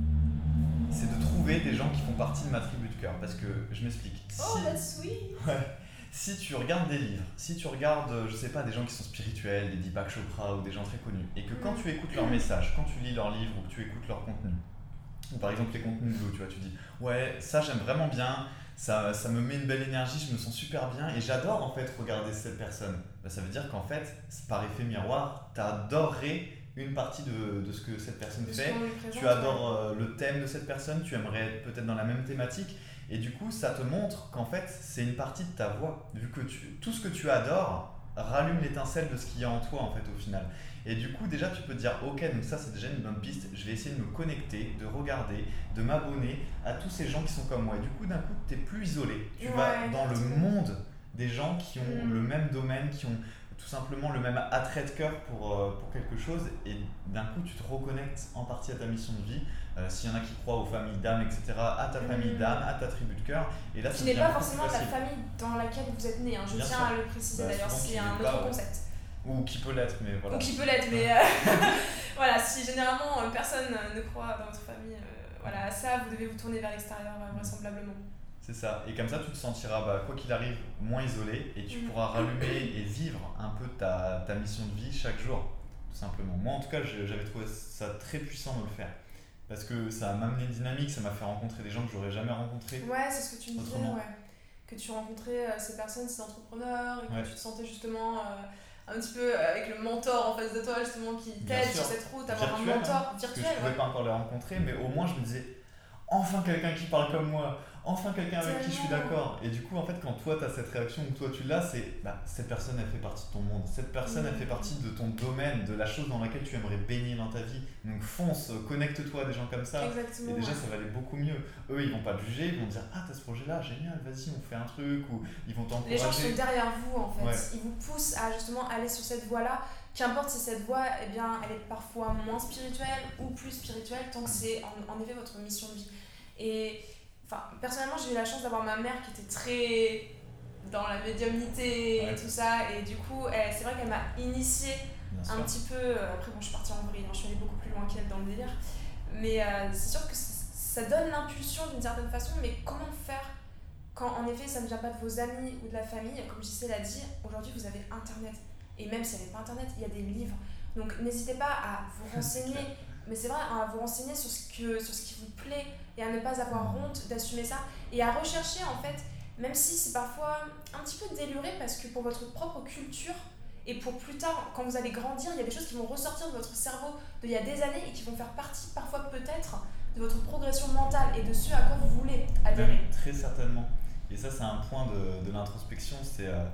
c'est de trouver des gens qui font partie de ma tribu de cœur. Parce que, je m'explique. Oh, Si- that's sweet. Ouais. Si tu regardes des livres, si tu regardes, euh, je sais pas, des gens qui sont spirituels, des Deepak Chopra ou des gens très connus, et que quand Mm. tu écoutes leurs messages, quand tu lis leurs livres ou que tu écoutes leur contenu, ou par exemple les contenus de l'eau, tu vois, tu dis ouais, ça j'aime vraiment bien, ça, ça me met une belle énergie, je me sens super bien et j'adore en fait regarder cette personne. Bah, ça veut dire qu'en fait, par effet miroir, t'adorerais une partie de, de ce que cette personne De ce fait. qu'on lui présente, Tu adores euh, le thème de cette personne, tu aimerais être peut-être dans la même thématique, et du coup ça te montre qu'en fait c'est une partie de ta voix, vu que tu, tout ce que tu adores rallume l'étincelle de ce qu'il y a en toi en fait au final. Et du coup déjà tu peux te dire ok, donc ça c'est déjà une bonne piste, je vais essayer de me connecter, de regarder, de m'abonner à tous ces gens qui sont comme moi, et du coup d'un coup tu n'es plus isolé, tu vas Ouais, dans le exactement. monde des gens qui ont Mm. le même domaine, qui ont tout simplement le même attrait de cœur pour, euh, pour quelque chose, et d'un coup tu te reconnectes en partie à ta mission de vie. Euh, s'il y en a qui croient aux familles d'âme, et cetera, à ta famille Mm. d'âme, à ta tribu de cœur, et là ça Qui n'est devient pas beaucoup forcément plus la facile. famille dans laquelle vous êtes né, hein. Je Bien tiens sûr. à le préciser Bah, d'ailleurs, souvent qui c'est un l'est autre pas, ouais. concept. Ou qui peut l'être, mais voilà. Ou qui peut l'être, mais euh, voilà, si généralement euh, personne euh, ne croit dans votre famille euh, voilà, à ça, vous devez vous tourner vers l'extérieur euh, vraisemblablement. C'est ça, et comme ça tu te sentiras, bah, quoi qu'il arrive, moins isolé, et tu Mhm. pourras rallumer et vivre un peu ta, ta mission de vie chaque jour, tout simplement. Moi en tout cas, je- j'avais trouvé ça très puissant de le faire, parce que ça m'a amené une dynamique, ça m'a fait rencontrer des gens que j'aurais jamais rencontrés. Ouais, c'est ce que tu me disais, Autrement. ouais. Que tu rencontrais euh, ces personnes, ces entrepreneurs, et que Ouais. tu te sentais justement euh, un petit peu euh, avec le mentor en face de toi, justement, qui Bien t'aide sûr. sur cette route, avoir Virtuel, un mentor hein, parce que je virtuel. pouvais Ouais. pas encore les rencontrer, mais au moins je me disais enfin quelqu'un qui parle comme moi, enfin quelqu'un avec qui je suis Tellement. d'accord. Et du coup en fait quand toi tu as cette réaction ou toi tu l'as, c'est bah, cette personne elle fait partie de ton monde, cette personne elle Mhm. fait partie de ton domaine, de la chose dans laquelle tu aimerais baigner dans ta vie. Donc fonce, connecte-toi à des gens comme ça. Exactement. Et déjà ouais. ça va aller beaucoup mieux. Eux ils vont pas te juger, ils vont te dire ah t'as ce projet là, génial, vas-y on fait un truc, ou ils vont Les gens qui t'encourager. sont derrière vous, en fait, Ouais. ils vous poussent à justement aller sur cette voie-là. Qu'importe si cette voie, eh bien, elle est parfois moins spirituelle ou plus spirituelle, tant que c'est en, en effet votre mission de vie. Et enfin, personnellement, j'ai eu la chance d'avoir ma mère qui était très dans la médiumnité Ouais. et tout ça. Et du coup, elle- c'est vrai qu'elle m'a initiée Bien un sûr. petit peu. euh, Après, bon, je suis partie en vrille, hein, je suis allée beaucoup plus loin qu'elle dans le délire. Mais euh, c'est sûr que c- ça donne l'impulsion d'une certaine façon, mais comment faire quand en effet ça ne vient pas de vos amis ou de la famille? Comme Gisèle l'a dit, aujourd'hui vous avez internet. Et même s'il n'y avait pas internet, il y a des livres. Donc n'hésitez pas à vous renseigner, mais c'est vrai, à vous renseigner sur ce, que, sur ce qui vous plaît et à ne pas avoir honte d'assumer ça. Et à rechercher en fait, même si c'est parfois un petit peu déluré parce que pour votre propre culture, et pour plus tard, quand vous allez grandir, il y a des choses qui vont ressortir de votre cerveau d'il y a des années et qui vont faire partie parfois peut-être de votre progression mentale et de ce à quoi vous voulez adhérer. Même, très certainement. Et ça, c'est un point de, de l'introspection. C'est euh,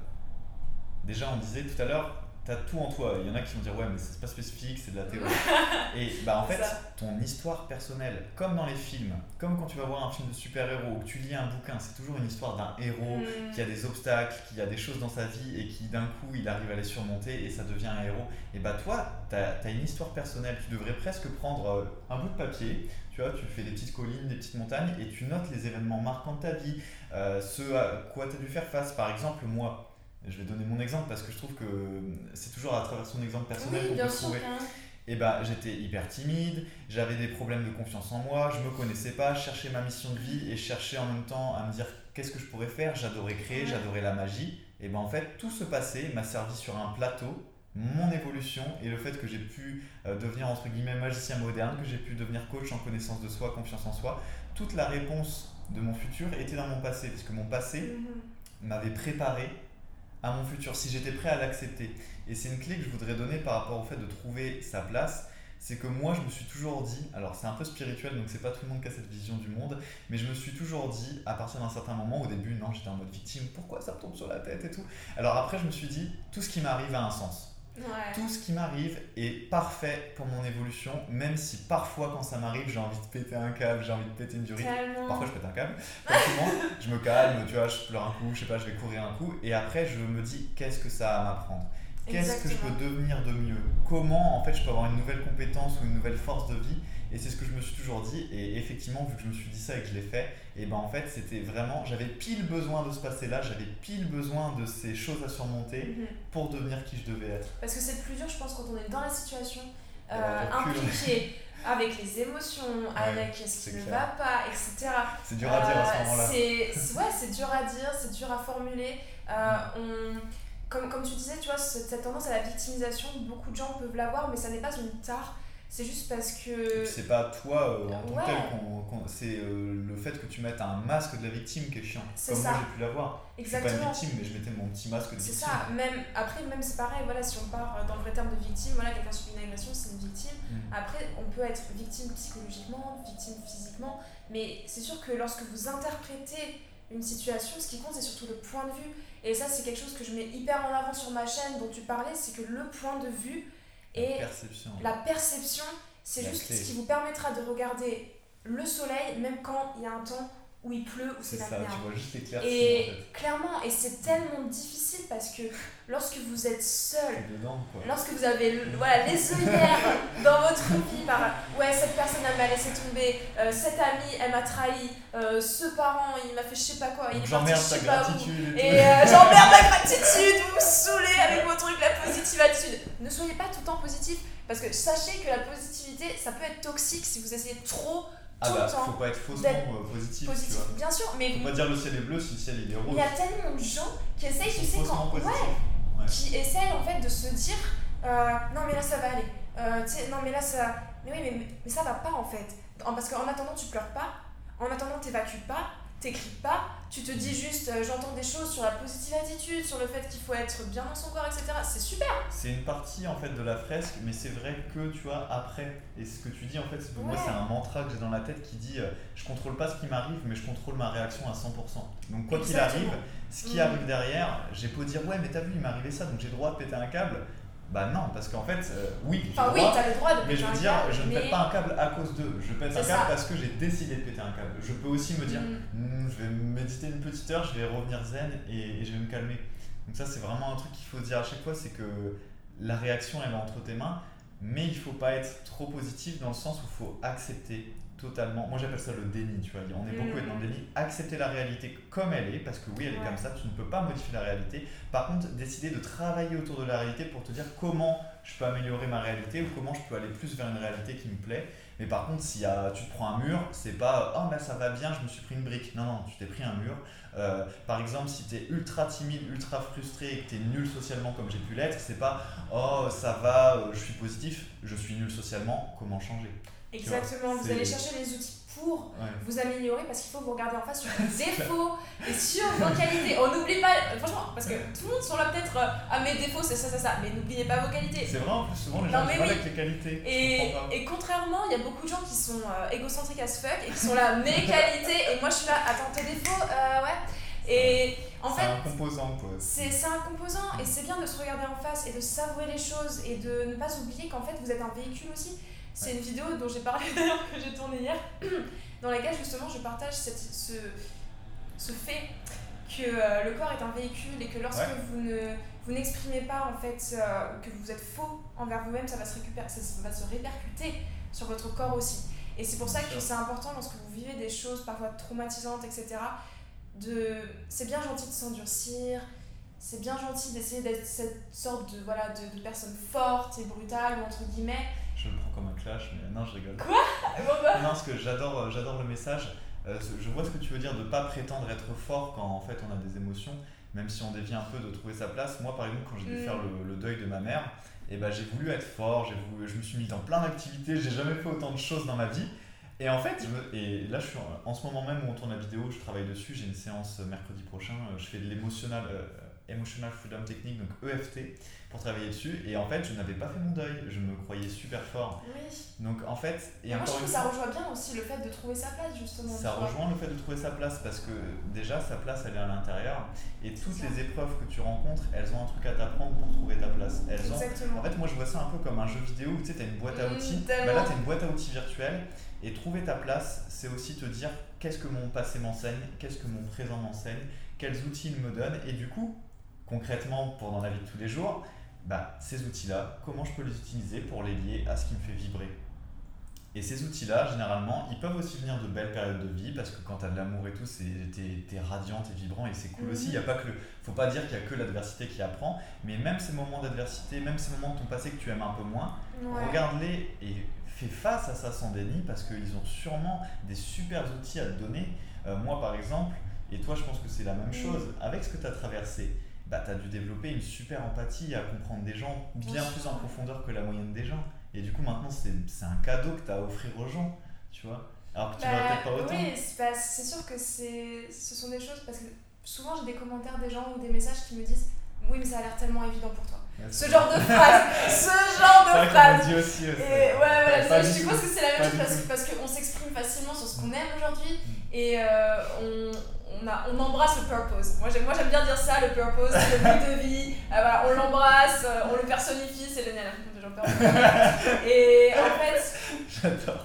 déjà, on disait tout à l'heure, t'as tout en toi. Il y en a qui vont dire ouais, mais c'est pas spécifique, c'est de la théorie. Et bah en C'est fait, ça. ton histoire personnelle, comme dans les films, comme quand tu vas voir un film de super-héros ou que tu lis un bouquin, c'est toujours une histoire d'un héros Mm. qui a des obstacles, qui a des choses dans sa vie et qui d'un coup il arrive à les surmonter et ça devient un héros. Et bah toi, t'as as une histoire personnelle. Tu devrais presque prendre euh, un bout de papier. Tu vois, tu fais des petites collines, des petites montagnes et tu notes les événements marquants de ta vie, euh, ce à quoi tu as dû faire face. Par exemple, moi, je vais donner mon exemple parce que je trouve que c'est toujours à travers son exemple personnel Oui, qu'on bien peut sûr. trouver. carrément. Et bah, j'étais hyper timide, j'avais des problèmes de confiance en moi, je me connaissais pas, je cherchais ma mission de vie et je cherchais en même temps à me dire qu'est-ce que je pourrais faire. J'adorais créer, Ouais. j'adorais la magie. Et ben en fait, tout ce passé m'a servi sur un plateau, mon évolution et le fait que j'ai pu euh, devenir entre guillemets magicien moderne, que j'ai pu devenir coach en connaissance de soi, confiance en soi. Toute la réponse de mon futur était dans mon passé, parce que mon passé Mhm. m'avait préparé à mon futur, si j'étais prêt à l'accepter. Et c'est une clé que je voudrais donner par rapport au fait de trouver sa place. C'est que moi, je me suis toujours dit, alors c'est un peu spirituel, donc c'est pas tout le monde qui a cette vision du monde, mais je me suis toujours dit, à partir d'un certain moment, au début, non, j'étais en mode victime, pourquoi ça me tombe sur la tête et tout. Alors après, je me suis dit, tout ce qui m'arrive a un sens. Ouais. Tout ce qui m'arrive est parfait pour mon évolution, même si parfois, quand ça m'arrive, j'ai envie de péter un câble, j'ai envie de péter une durite. Tellement. Parfois je pète un câble, comme tout le monde, je me calme, tu vois, je pleure un coup, je sais pas, je vais courir un coup, et après je me dis qu'est-ce que ça a à m'apprendre, qu'est-ce que je Exactement. peux devenir de mieux, comment en fait je peux avoir une nouvelle compétence ou une nouvelle force de vie, et c'est ce que je me suis toujours dit, et effectivement vu que je me suis dit ça et que je l'ai fait, et ben en fait c'était vraiment, j'avais pile besoin de ce passé-là, j'avais pile besoin de ces choses à surmonter Mhm. pour devenir qui je devais être. Parce que c'est le plus dur, je pense, quand on est dans la situation euh, Alors, impliqué avec les émotions, Ouais, avec ce c'est qui ne clair. va pas, et cetera. C'est dur à dire à ce Euh, moment-là. c'est, c'est- ouais, c'est dur à dire, c'est dur à formuler. Euh, on, comme, comme tu disais, tu vois, cette, cette tendance à la victimisation, beaucoup de gens peuvent l'avoir, mais ça n'est pas une tare. C'est juste parce Et que. puis c'est pas toi euh, en tant Ouais. que tel, qu'on, qu'on- c'est euh, le fait que tu mettes un masque de la victime qui est chiant. C'est Comme ça. moi j'ai pu l'avoir. Je suis pas une Exactement. victime, mais je mettais mon petit masque de C'est victime. ça. Même, après, même c'est pareil, voilà, si on part dans le vrai terme de victime, voilà, quelqu'un subit une agression, c'est une victime. Mm. Après, on peut être victime psychologiquement, victime physiquement, mais c'est sûr que lorsque vous interprétez une situation, ce qui compte, c'est surtout le point de vue. Et ça, c'est quelque chose que je mets hyper en avant sur ma chaîne, dont tu parlais, c'est que le point de vue La et perception. la perception, c'est La juste clé. ce qui vous permettra de regarder le soleil, même quand il y a un temps où il pleut, où c'est C'est la ça, merde. tu vois juste l'éclaircie Et en fait. clairement, et c'est tellement difficile parce que lorsque vous êtes seul, T'es dedans quoi. lorsque vous avez le- voilà, les œillères dans votre vie par ouais, cette personne elle m'a laissé tomber, euh, cette amie elle m'a trahi, euh, ce parent il m'a fait je sais pas quoi, il Donc est parti j'emmerde je ta sais pas où. gratitude et, Et tout. euh, j'emmerde la gratitude, vous me saoulez avec vos trucs, la positive attitude. Ne soyez pas tout le temps positif parce que sachez que la positivité ça peut être toxique si vous essayez trop Ah tout bah le temps faut pas être faussement d'être euh, positif, positif. tu vois. Bien sûr, mais Faut pas dire le ciel est bleu si le ciel il est rose. il y a tellement de gens qui essayent, Ils tu sont sais, faussement quand. positifs. Ouais, Ouais. qui essayent en fait de se dire euh, non mais là ça va aller, euh, tu sais, non mais là ça. Mais oui, mais, mais ça va pas en fait. En- Parce qu'en attendant, tu pleures pas, en attendant, t'évacues pas, t'écris pas, tu te dis juste euh, j'entends des choses sur la positive attitude, sur le fait qu'il faut être bien dans son corps, et cetera. C'est super! C'est une partie en fait de la fresque, mais c'est vrai que tu vois après. Et ce que tu dis en fait, c'est- moi Ouais. c'est un mantra que j'ai dans la tête qui dit euh, je contrôle pas ce qui m'arrive, mais je contrôle ma réaction à cent pour cent. Donc quoi qu'il Exactement. arrive, ce qui Mhm. arrive derrière, j'ai beau dire ouais mais t'as vu il m'est arrivé ça donc j'ai le droit de péter un câble. Bah non parce qu'en fait euh, oui j'ai Enfin, le oui, droit. t'as le droit de Mais je péter veux un dire, câble, je ne mais- pète pas un câble à cause d'eux. Je pète un C'est câble ça. parce que j'ai décidé de péter un câble. Je peux aussi me dire, Mhm. Hmm, je vais méditer une petite heure, je vais revenir zen et, et je vais me calmer. Donc ça, c'est vraiment un truc qu'il faut dire à chaque fois, c'est que la réaction, elle est entre tes mains, mais il faut pas être trop positif dans le sens où il faut accepter totalement. Moi, j'appelle ça le déni, tu vois. On est beaucoup Mhm. être dans le déni. Accepter la réalité comme elle est, parce que oui, elle est Ouais. comme ça, tu ne peux pas modifier la réalité. Par contre, décider de travailler autour de la réalité pour te dire comment je peux améliorer ma réalité ou comment je peux aller plus vers une réalité qui me plaît. Mais par contre, si euh, tu te prends un mur, c'est pas oh, mais ça va bien, je me suis pris une brique. Non, non, tu t'es pris un mur. Euh, par exemple, si tu es ultra timide, ultra frustré et que tu es nul socialement comme j'ai pu l'être, c'est pas oh ça va, euh, je suis positif, je suis nul socialement, comment changer? Exactement, vous c'est- allez chercher les outils pour Ouais. vous améliorer parce qu'il faut vous regarder en face sur vos défauts et sur vos qualités. On n'oublie pas, franchement, parce que tout le monde sont là peut-être euh, ah mes défauts c'est ça, ça, ça, mais n'oubliez pas vos qualités. C'est vrai en plus, souvent les Non, gens mais ont du mal oui. avec les qualités. Je Et, comprends pas. et contrairement, il y a beaucoup de gens qui sont euh, égocentriques as fuck et qui sont là mes qualités et moi je suis là attends tes défauts, euh, ouais. Et en C'est fait, un composant quoi. c'est c'est un composant et c'est bien de se regarder en face et de savourer les choses et de ne pas oublier qu'en fait vous êtes un véhicule aussi. C'est une vidéo dont j'ai parlé d'ailleurs que j'ai tournée hier, dans laquelle justement je partage cette, ce, ce fait que euh, le corps est un véhicule et que lorsque Ouais. vous ne vous n'exprimez pas en fait euh, que vous êtes faux envers vous-même, ça va se récupérer, ça va se répercuter sur votre corps aussi. Et c'est pour ça Bien que sûr. c'est important lorsque vous vivez des choses parfois traumatisantes, et cetera. De, c'est bien gentil de s'endurcir, c'est bien gentil d'essayer d'être cette sorte de, voilà, de, de personne forte et brutale, ou entre guillemets. Je le prends comme un clash, mais non, je rigole. Bon, bah. Non, parce que j'adore, euh, j'adore le message. Euh, je vois ce que tu veux dire de pas prétendre être fort quand en fait on a des émotions, même si on dévie un peu de trouver sa place. Moi, par exemple, quand j'ai dû Mm. faire le, le deuil de ma mère, et ben, j'ai voulu être fort, j'ai voulu, je me suis mis dans plein d'activités, j'ai jamais fait autant de choses dans ma vie. Et en fait, je me- et là, je suis en, en ce moment même où on tourne la vidéo, je travaille dessus, j'ai une séance mercredi prochain, euh, je fais de l'émotional euh, Emotional Freedom Technique, donc E F T, pour travailler dessus. Et en fait, je n'avais pas fait mon deuil, je me croyais super fort. Oui. Donc en fait, et Et moi je encore trouve une que ça fois, rejoint bien aussi le fait de trouver sa place justement. ça tu vois. rejoint le fait de trouver sa place parce que déjà sa place elle est à l'intérieur et toutes ça. les épreuves que tu rencontres elles ont un truc à t'apprendre pour trouver ta place. Elles ont... Exactement. En fait moi je vois ça un peu comme un jeu vidéo où tu sais t'as une boîte à Mm, outils, tellement. bah là t'as une boîte à outils virtuelle et trouver ta place c'est aussi te dire qu'est-ce que mon passé m'enseigne, qu'est-ce que mon présent m'enseigne, quels outils il me donne et du coup concrètement pour dans la vie de tous les jours, bah, ces outils là comment je peux les utiliser pour les lier à ce qui me fait vibrer. Et ces outils-là, généralement, ils peuvent aussi venir de belles périodes de vie parce que quand tu as de l'amour et tout, c'est, t'es, t'es radiant, t'es vibrant et c'est cool Mhm. aussi. Il y a pas que le, faut pas dire qu'il y a que l'adversité qui apprend, mais même ces moments d'adversité, même ces moments de ton passé que tu aimes un peu moins, Ouais. regarde-les et fais face à ça sans déni parce qu'ils ont sûrement des super outils à te donner. Euh, moi, par exemple, et toi, je pense que c'est la même Mhm. chose, avec ce que tu as traversé, bah, tu as dû développer une super empathie à comprendre des gens bien Bien plus sûr. en profondeur que la moyenne des gens. Et du coup, maintenant, c'est, c'est un cadeau que tu as à offrir aux gens, tu vois. Alors que tu Bah, vas peut-être pas autant. oui, c'est, bah, c'est sûr que c'est, ce sont des choses parce que souvent j'ai des commentaires des gens ou des messages qui me disent oui mais ça a l'air tellement évident pour toi. Ouais, Ce c'est genre de phrase, ce genre c'est vrai de qu'on me phrase. dit aussi. aussi. Et ouais, voilà, Pas je du suppose tout. que c'est la Pas même chose du parce, tout. parce qu'on s'exprime facilement sur ce qu'on aime aujourd'hui Mm. et euh, on, on, a, on embrasse le purpose. Moi j'aime, moi j'aime bien dire ça, le purpose, le but de vie. Euh, voilà, on l'embrasse, euh, on le personnifie, c'est génial. J'en perds. Et en fait, J'adore.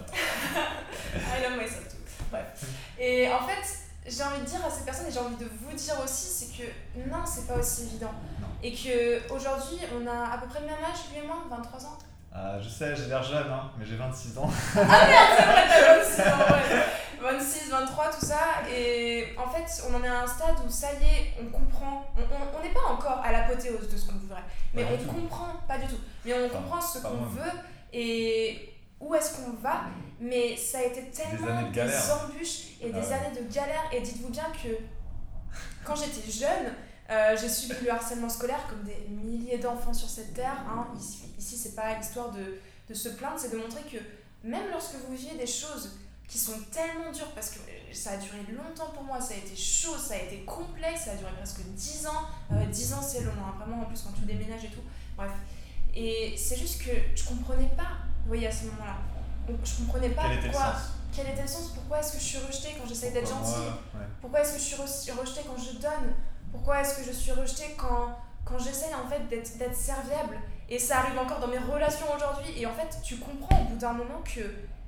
I love myself too. Bref. Et en fait, j'ai envie de dire à ces personnes et j'ai envie de vous dire aussi, c'est que non, c'est pas aussi évident. Non. Et qu'aujourd'hui, on a à peu près le même âge, lui et moi, vingt-trois ans. Euh, je sais, j'ai l'air jeune, hein, mais j'ai vingt-six ans. Ah merde, c'est vrai, t'as vingt-six ans, ouais. vingt-six, vingt-trois, tout ça. Et en fait, on en est à un stade où ça y est, on comprend. On n'est pas encore à l'apothéose de ce qu'on voudrait. Mais Pas on du tout. comprend, pas du tout. Mais on Enfin, comprend ce pas qu'on moi. veut et où est-ce qu'on va. Mais ça a été tellement années de galère. des embûches et Ah des ouais. années de galère. Et dites-vous bien que quand j'étais jeune, euh, j'ai subi le harcèlement scolaire comme des milliers d'enfants sur cette terre. Hein. Ici, ici c'est pas l'histoire de, de se plaindre, c'est de montrer que même lorsque vous vivez des choses qui sont tellement dures, parce que ça a duré longtemps pour moi, ça a été chaud, ça a été complexe, ça a duré presque dix ans. Euh, dix ans c'est long, hein, vraiment en plus quand tu déménages et tout. Bref. Et c'est juste que je comprenais pas, vous voyez, à ce moment-là. Donc, je comprenais pas Quel était le pourquoi. sens? Quel était le sens? Pourquoi est-ce que je suis rejetée quand j'essaye d'être Pourquoi gentille? moi, ouais. Pourquoi est-ce que je suis re- rejetée quand je donne? Pourquoi est-ce que je suis rejetée quand, quand j'essaye en fait d'être, d'être serviable? Et ça arrive encore dans mes relations aujourd'hui. Et en fait, tu comprends au bout d'un moment que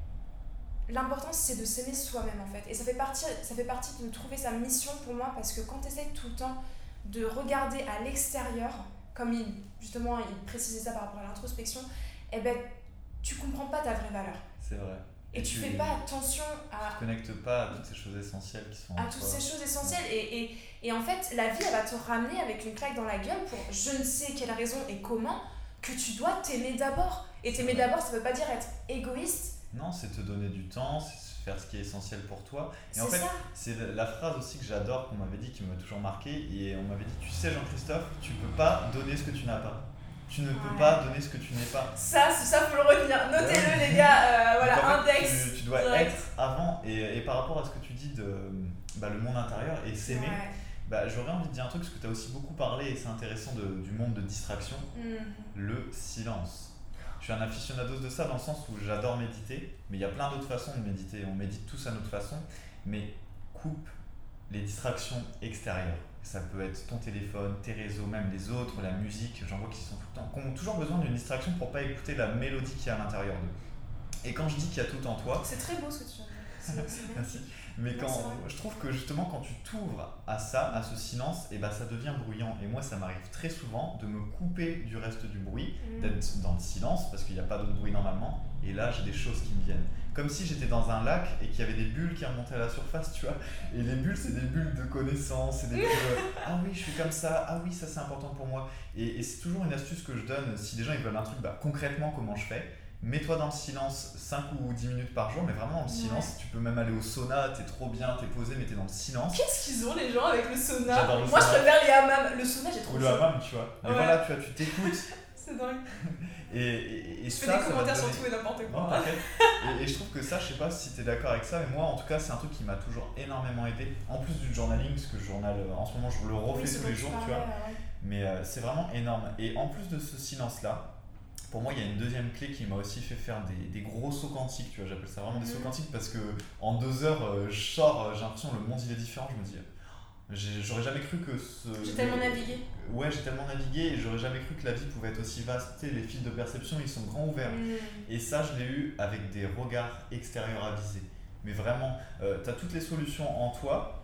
l'important c'est de s'aimer soi-même en fait. Et ça fait partie, ça fait partie de trouver sa mission pour moi parce que quand tu essayes tout le temps de regarder à l'extérieur, comme il, justement il précisait ça par rapport à l'introspection, eh ben tu comprends pas ta vraie valeur. C'est vrai. Et, et tu, tu fais pas attention à... Tu connectes pas à toutes ces choses essentielles qui sont à en toutes toi. ces choses essentielles. Et, et, et en fait, la vie, elle va te ramener avec une claque dans la gueule pour je ne sais quelle raison et comment que tu dois t'aimer d'abord. Et t'aimer d'abord, ça veut pas dire être égoïste. Non, c'est te donner du temps, c'est faire ce qui est essentiel pour toi. Et c'est en fait, ça. c'est la phrase aussi que j'adore, qu'on m'avait dit, qui m'a toujours marqué. Et on m'avait dit, tu sais Jean-Christophe, tu peux pas donner ce que tu n'as pas. Tu ne peux ouais. pas donner ce que tu n'es pas. Ça, ça faut le retenir. Notez-le ouais. les gars. Euh, voilà, en fait, index. Tu, tu dois direct. être avant. Et, et par rapport à ce que tu dis de bah, le monde intérieur et s'aimer, ouais. bah, j'aurais envie de dire un truc, parce que tu as aussi beaucoup parlé, et c'est intéressant, de, du monde de distraction. Mm. Le silence. Je suis un aficionado de ça dans le sens où j'adore méditer, mais il y a plein d'autres façons de méditer. On médite tous à notre façon, mais coupe les distractions extérieures. Ça peut être ton téléphone, tes réseaux, même les autres, la musique. J'en vois qui sont tout le temps, qui ont toujours besoin d'une distraction pour pas écouter la mélodie qu'il y a à l'intérieur d'eux. Et quand je dis qu'il y a tout en toi, c'est très beau ce que tu viens de dire. Merci. Mais quand, je trouve que justement quand tu t'ouvres à ça, à ce silence, et bah ça devient bruyant. Et moi ça m'arrive très souvent de me couper du reste du bruit, mmh. d'être dans le silence parce qu'il n'y a pas d'autre bruit normalement. Et là j'ai des choses qui me viennent. Comme si j'étais dans un lac et qu'il y avait des bulles qui remontaient à la surface, tu vois. Et les bulles c'est des bulles de connaissances, c'est des bulles de, ah oui je suis comme ça, ah oui ça c'est important pour moi. Et, et c'est toujours une astuce que je donne si les gens ils veulent un truc, bah concrètement comment je fais. Mets-toi dans le silence cinq ou dix minutes par jour, mais vraiment dans le silence. Ouais. Tu peux même aller au sauna, t'es trop bien, t'es posé, mais t'es dans le silence. Qu'est-ce qu'ils ont les gens avec le sauna? J'adore le Moi sauna. je préfère les hammams. Le sauna j'ai trop Ou chaud. le hammam, tu vois. Mais ouais. Voilà, tu vois, tu t'écoutes. C'est dingue. Et, et, et je ça, fais des ça commentaires donner... sur tout et n'importe quoi. Non, t'inquiète. et, et je trouve que ça, je sais pas si t'es d'accord avec ça, mais moi en tout cas, c'est un truc qui m'a toujours énormément aidé. En plus du journaling, parce que le journal, en ce moment, je le refais oui, tous les jours, tu vois. Ouais. Mais euh, c'est vraiment énorme. Et en plus de ce silence-là, pour moi, il y a une deuxième clé qui m'a aussi fait faire des, des gros sauts quantiques, tu vois, j'appelle ça vraiment des sauts quantiques parce que en deux heures, euh, je sors, j'ai l'impression que le monde il est différent, je me dis, j'ai, j'aurais jamais cru que ce... J'ai tellement navigué. Ouais, j'ai tellement navigué et j'aurais jamais cru que la vie pouvait être aussi vaste, tu sais, les fils de perception, ils sont grands ouverts. Mm. Et ça, je l'ai eu avec des regards extérieurs avisés. Mais vraiment, euh, t'as toutes les solutions en toi,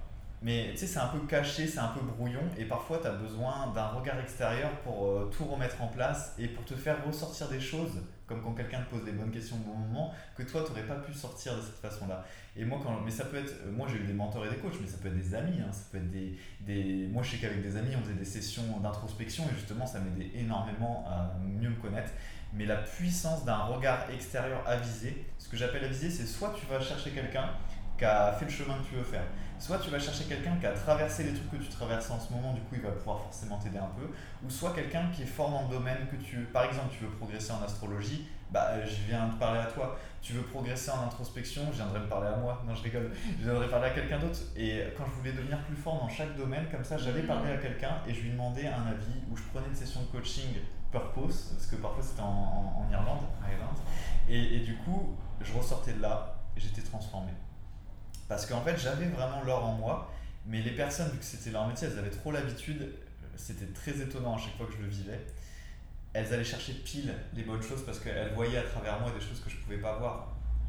Mais tu sais, c'est un peu caché, c'est un peu brouillon, et parfois tu as besoin d'un regard extérieur pour euh, tout remettre en place et pour te faire ressortir des choses, comme quand quelqu'un te pose les bonnes questions au bon moment, que toi tu n'aurais pas pu sortir de cette façon-là. Et moi, quand, mais ça peut être, euh, moi j'ai eu des mentors et des coachs, mais ça peut être des amis, hein, ça peut être des, des. Moi je sais qu'avec des amis, on faisait des sessions d'introspection, et justement ça m'aidait énormément à mieux me connaître. Mais la puissance d'un regard extérieur avisé, ce que j'appelle avisé, c'est soit tu vas chercher quelqu'un qui a fait le chemin que tu veux faire, soit tu vas chercher quelqu'un qui a traversé les trucs que tu traverses en ce moment, du coup il va pouvoir forcément t'aider un peu, ou soit quelqu'un qui est fort dans le domaine que tu... Par exemple, tu veux progresser en astrologie, bah je viens te parler à toi. Tu veux progresser en introspection, je viendrai me parler à moi. Non, je rigole, je viendrai parler à quelqu'un d'autre. Et quand je voulais devenir plus fort dans chaque domaine, comme ça, j'allais parler à quelqu'un et je lui demandais un avis, ou je prenais une session de coaching purpose, parce que parfois c'était en, en, en Irlande, Ireland, et, et du coup, je ressortais de là et j'étais transformé. Parce qu'en fait, j'avais vraiment l'or en moi, mais les personnes, vu que c'était leur métier, elles avaient trop l'habitude, c'était très étonnant à chaque fois que je le vivais, elles allaient chercher pile les bonnes choses parce qu'elles voyaient à travers moi des choses que je pouvais pas voir.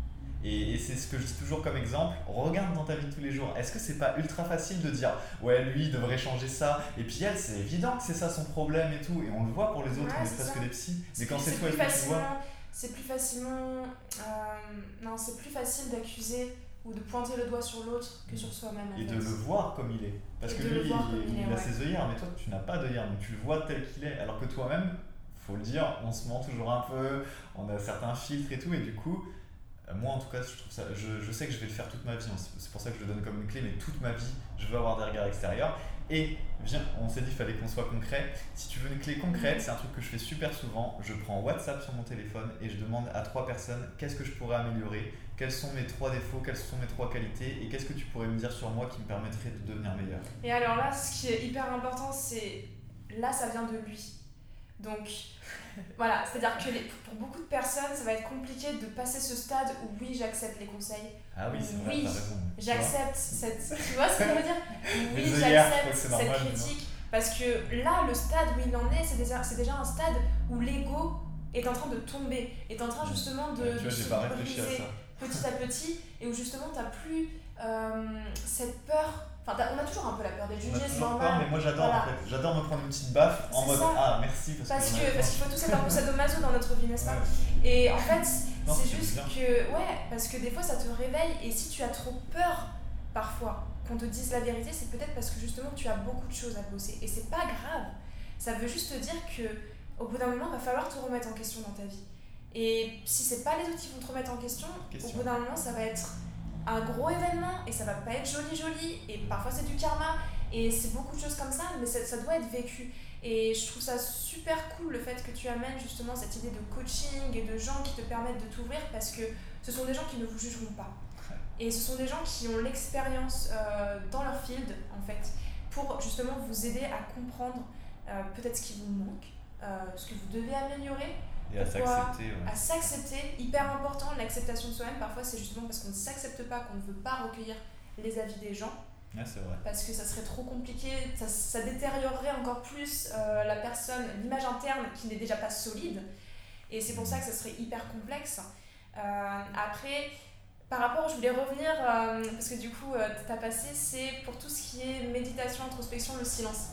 Et, et c'est ce que je dis toujours comme exemple, regarde dans ta vie de tous les jours, est-ce que c'est pas ultra facile de dire ouais lui il devrait changer ça, et puis elle c'est évident que c'est ça son problème et tout, et on le voit pour les autres, Ouais, on est, c'est presque ça. des psys, C'est mais quand plus- c'est c'est toi et plus que tu facilement, vois, c'est plus facilement, euh, non, c'est plus facile d'accuser ou de pointer le doigt sur l'autre que sur soi-même. En et fait. de le voir comme il est, parce Et que de le lui voir comme il, il est, il a ouais. ses œillères, mais toi tu n'as pas d'œillères, donc tu le vois tel qu'il est, alors que toi-même, faut le dire, on se ment toujours un peu, on a certains filtres et tout, et du coup, euh, moi en tout cas, je, trouve ça, je, je sais que je vais le faire toute ma vie, hein. c'est c'est pour ça que je le donne comme une clé, mais toute ma vie, je veux avoir des regards extérieurs. Et viens, on s'est dit qu'il fallait qu'on soit concret. Si tu veux une clé concrète, c'est un truc que je fais super souvent. Je prends WhatsApp sur mon téléphone et je demande à trois personnes qu'est-ce que je pourrais améliorer, quels sont mes trois défauts, quelles sont mes trois qualités et qu'est-ce que tu pourrais me dire sur moi qui me permettrait de devenir meilleur. Et alors là, ce qui est hyper important, c'est là, ça vient de lui. Donc voilà, c'est-à-dire que les- pour beaucoup de personnes, ça va être compliqué de passer ce stade où oui, j'accepte les conseils. Ah oui, c'est vrai, Oui, t'as raison. J'accepte cette. Tu vois ce que je veux dire? Oui, Les œillères, je crois j'accepte que c'est cette normal, critique. Parce que là, le stade où il en est, c'est déjà, c'est déjà un stade où l'ego est en train de tomber, est en train justement de, Ouais, tu de vois, j'ai se pas réfléchi à briser ça. petit à petit, et où justement t'as plus euh, cette peur. Enfin, t'as- on a toujours un peu la peur d'être On a jugé, c'est toujours normal. peur, mais moi j'adore Voilà. en fait. J'adore me prendre une petite baffe en C'est mode ça. ah merci parce, Parce que, que parce qu'il faut tous être un peu sadomaso dans notre vie, n'est-ce pas? Ouais. Et en fait, Non, c'est c'est juste bien. que ouais, parce que des fois ça te réveille, et si tu as trop peur parfois qu'on te dise la vérité, c'est peut-être parce que justement tu as beaucoup de choses à bosser, et c'est pas grave. Ça veut juste te dire que au bout d'un moment, il va falloir te remettre en question dans ta vie. Et si c'est pas les autres qui vont te remettre en question, Question. au bout d'un moment, ça va être un gros événement, et ça va pas être joli joli, et parfois c'est du karma, et c'est beaucoup de choses comme ça, mais ça, ça doit être vécu. Et je trouve ça super cool le fait que tu amènes justement cette idée de coaching et de gens qui te permettent de t'ouvrir, parce que ce sont des gens qui ne vous jugeront pas. Et ce sont des gens qui ont l'expérience euh, dans leur field, en fait, pour justement vous aider à comprendre euh, peut-être ce qui vous manque, euh, ce que vous devez améliorer, Et à Pourquoi s'accepter. Ouais. à s'accepter. Hyper important, l'acceptation de soi-même. Parfois, c'est justement parce qu'on ne s'accepte pas qu'on ne veut pas recueillir les avis des gens, Ouais, c'est vrai. parce que ça serait trop compliqué, ça, ça détériorerait encore plus euh, la personne, l'image interne qui n'est déjà pas solide. Et c'est pour ça que ça serait hyper complexe. Euh, après, par rapport, je voulais revenir, euh, parce que du coup, euh, t'as passé, c'est pour tout ce qui est méditation, introspection, le silence.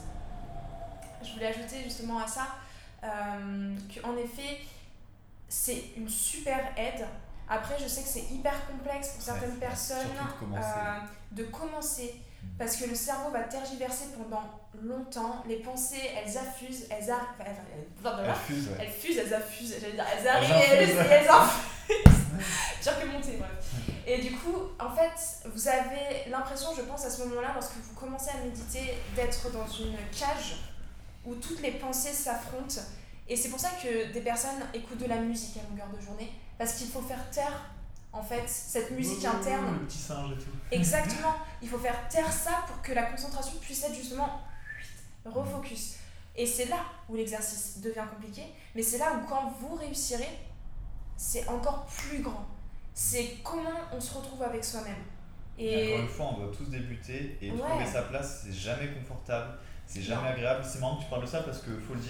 Je voulais ajouter justement à ça euh, qu'en effet, c'est une super aide. Après, je sais que c'est hyper complexe pour certaines Ouais, personnes surtout de commencer. euh, de commencer, parce que le cerveau va tergiverser pendant longtemps, les pensées, elles affusent, elles arrivent, enfin, elles, Elle fuse, ouais. elles fusent, elles affusent, j'allais dire, elles Elles arrivent et elles, infusent. et elles infusent. Pire que monter, bref. Et du coup, en fait, vous avez l'impression, je pense, à ce moment-là, lorsque vous commencez à méditer, d'être dans une cage où toutes les pensées s'affrontent. Et c'est pour ça que des personnes écoutent de la musique à longueur de journée, parce qu'il faut faire taire, en fait, cette musique interne. Le petit singe et tout. Exactement, il faut faire taire ça pour que la concentration puisse être justement refocus. Et c'est là où l'exercice devient compliqué, mais c'est là où quand vous réussirez, c'est encore plus grand. C'est comment on se retrouve avec soi-même. Et Et encore une fois, on doit tous débuter et Ouais. trouver sa place, c'est jamais confortable, c'est jamais Non. agréable. C'est marrant que tu parles de ça parce que faut le dire,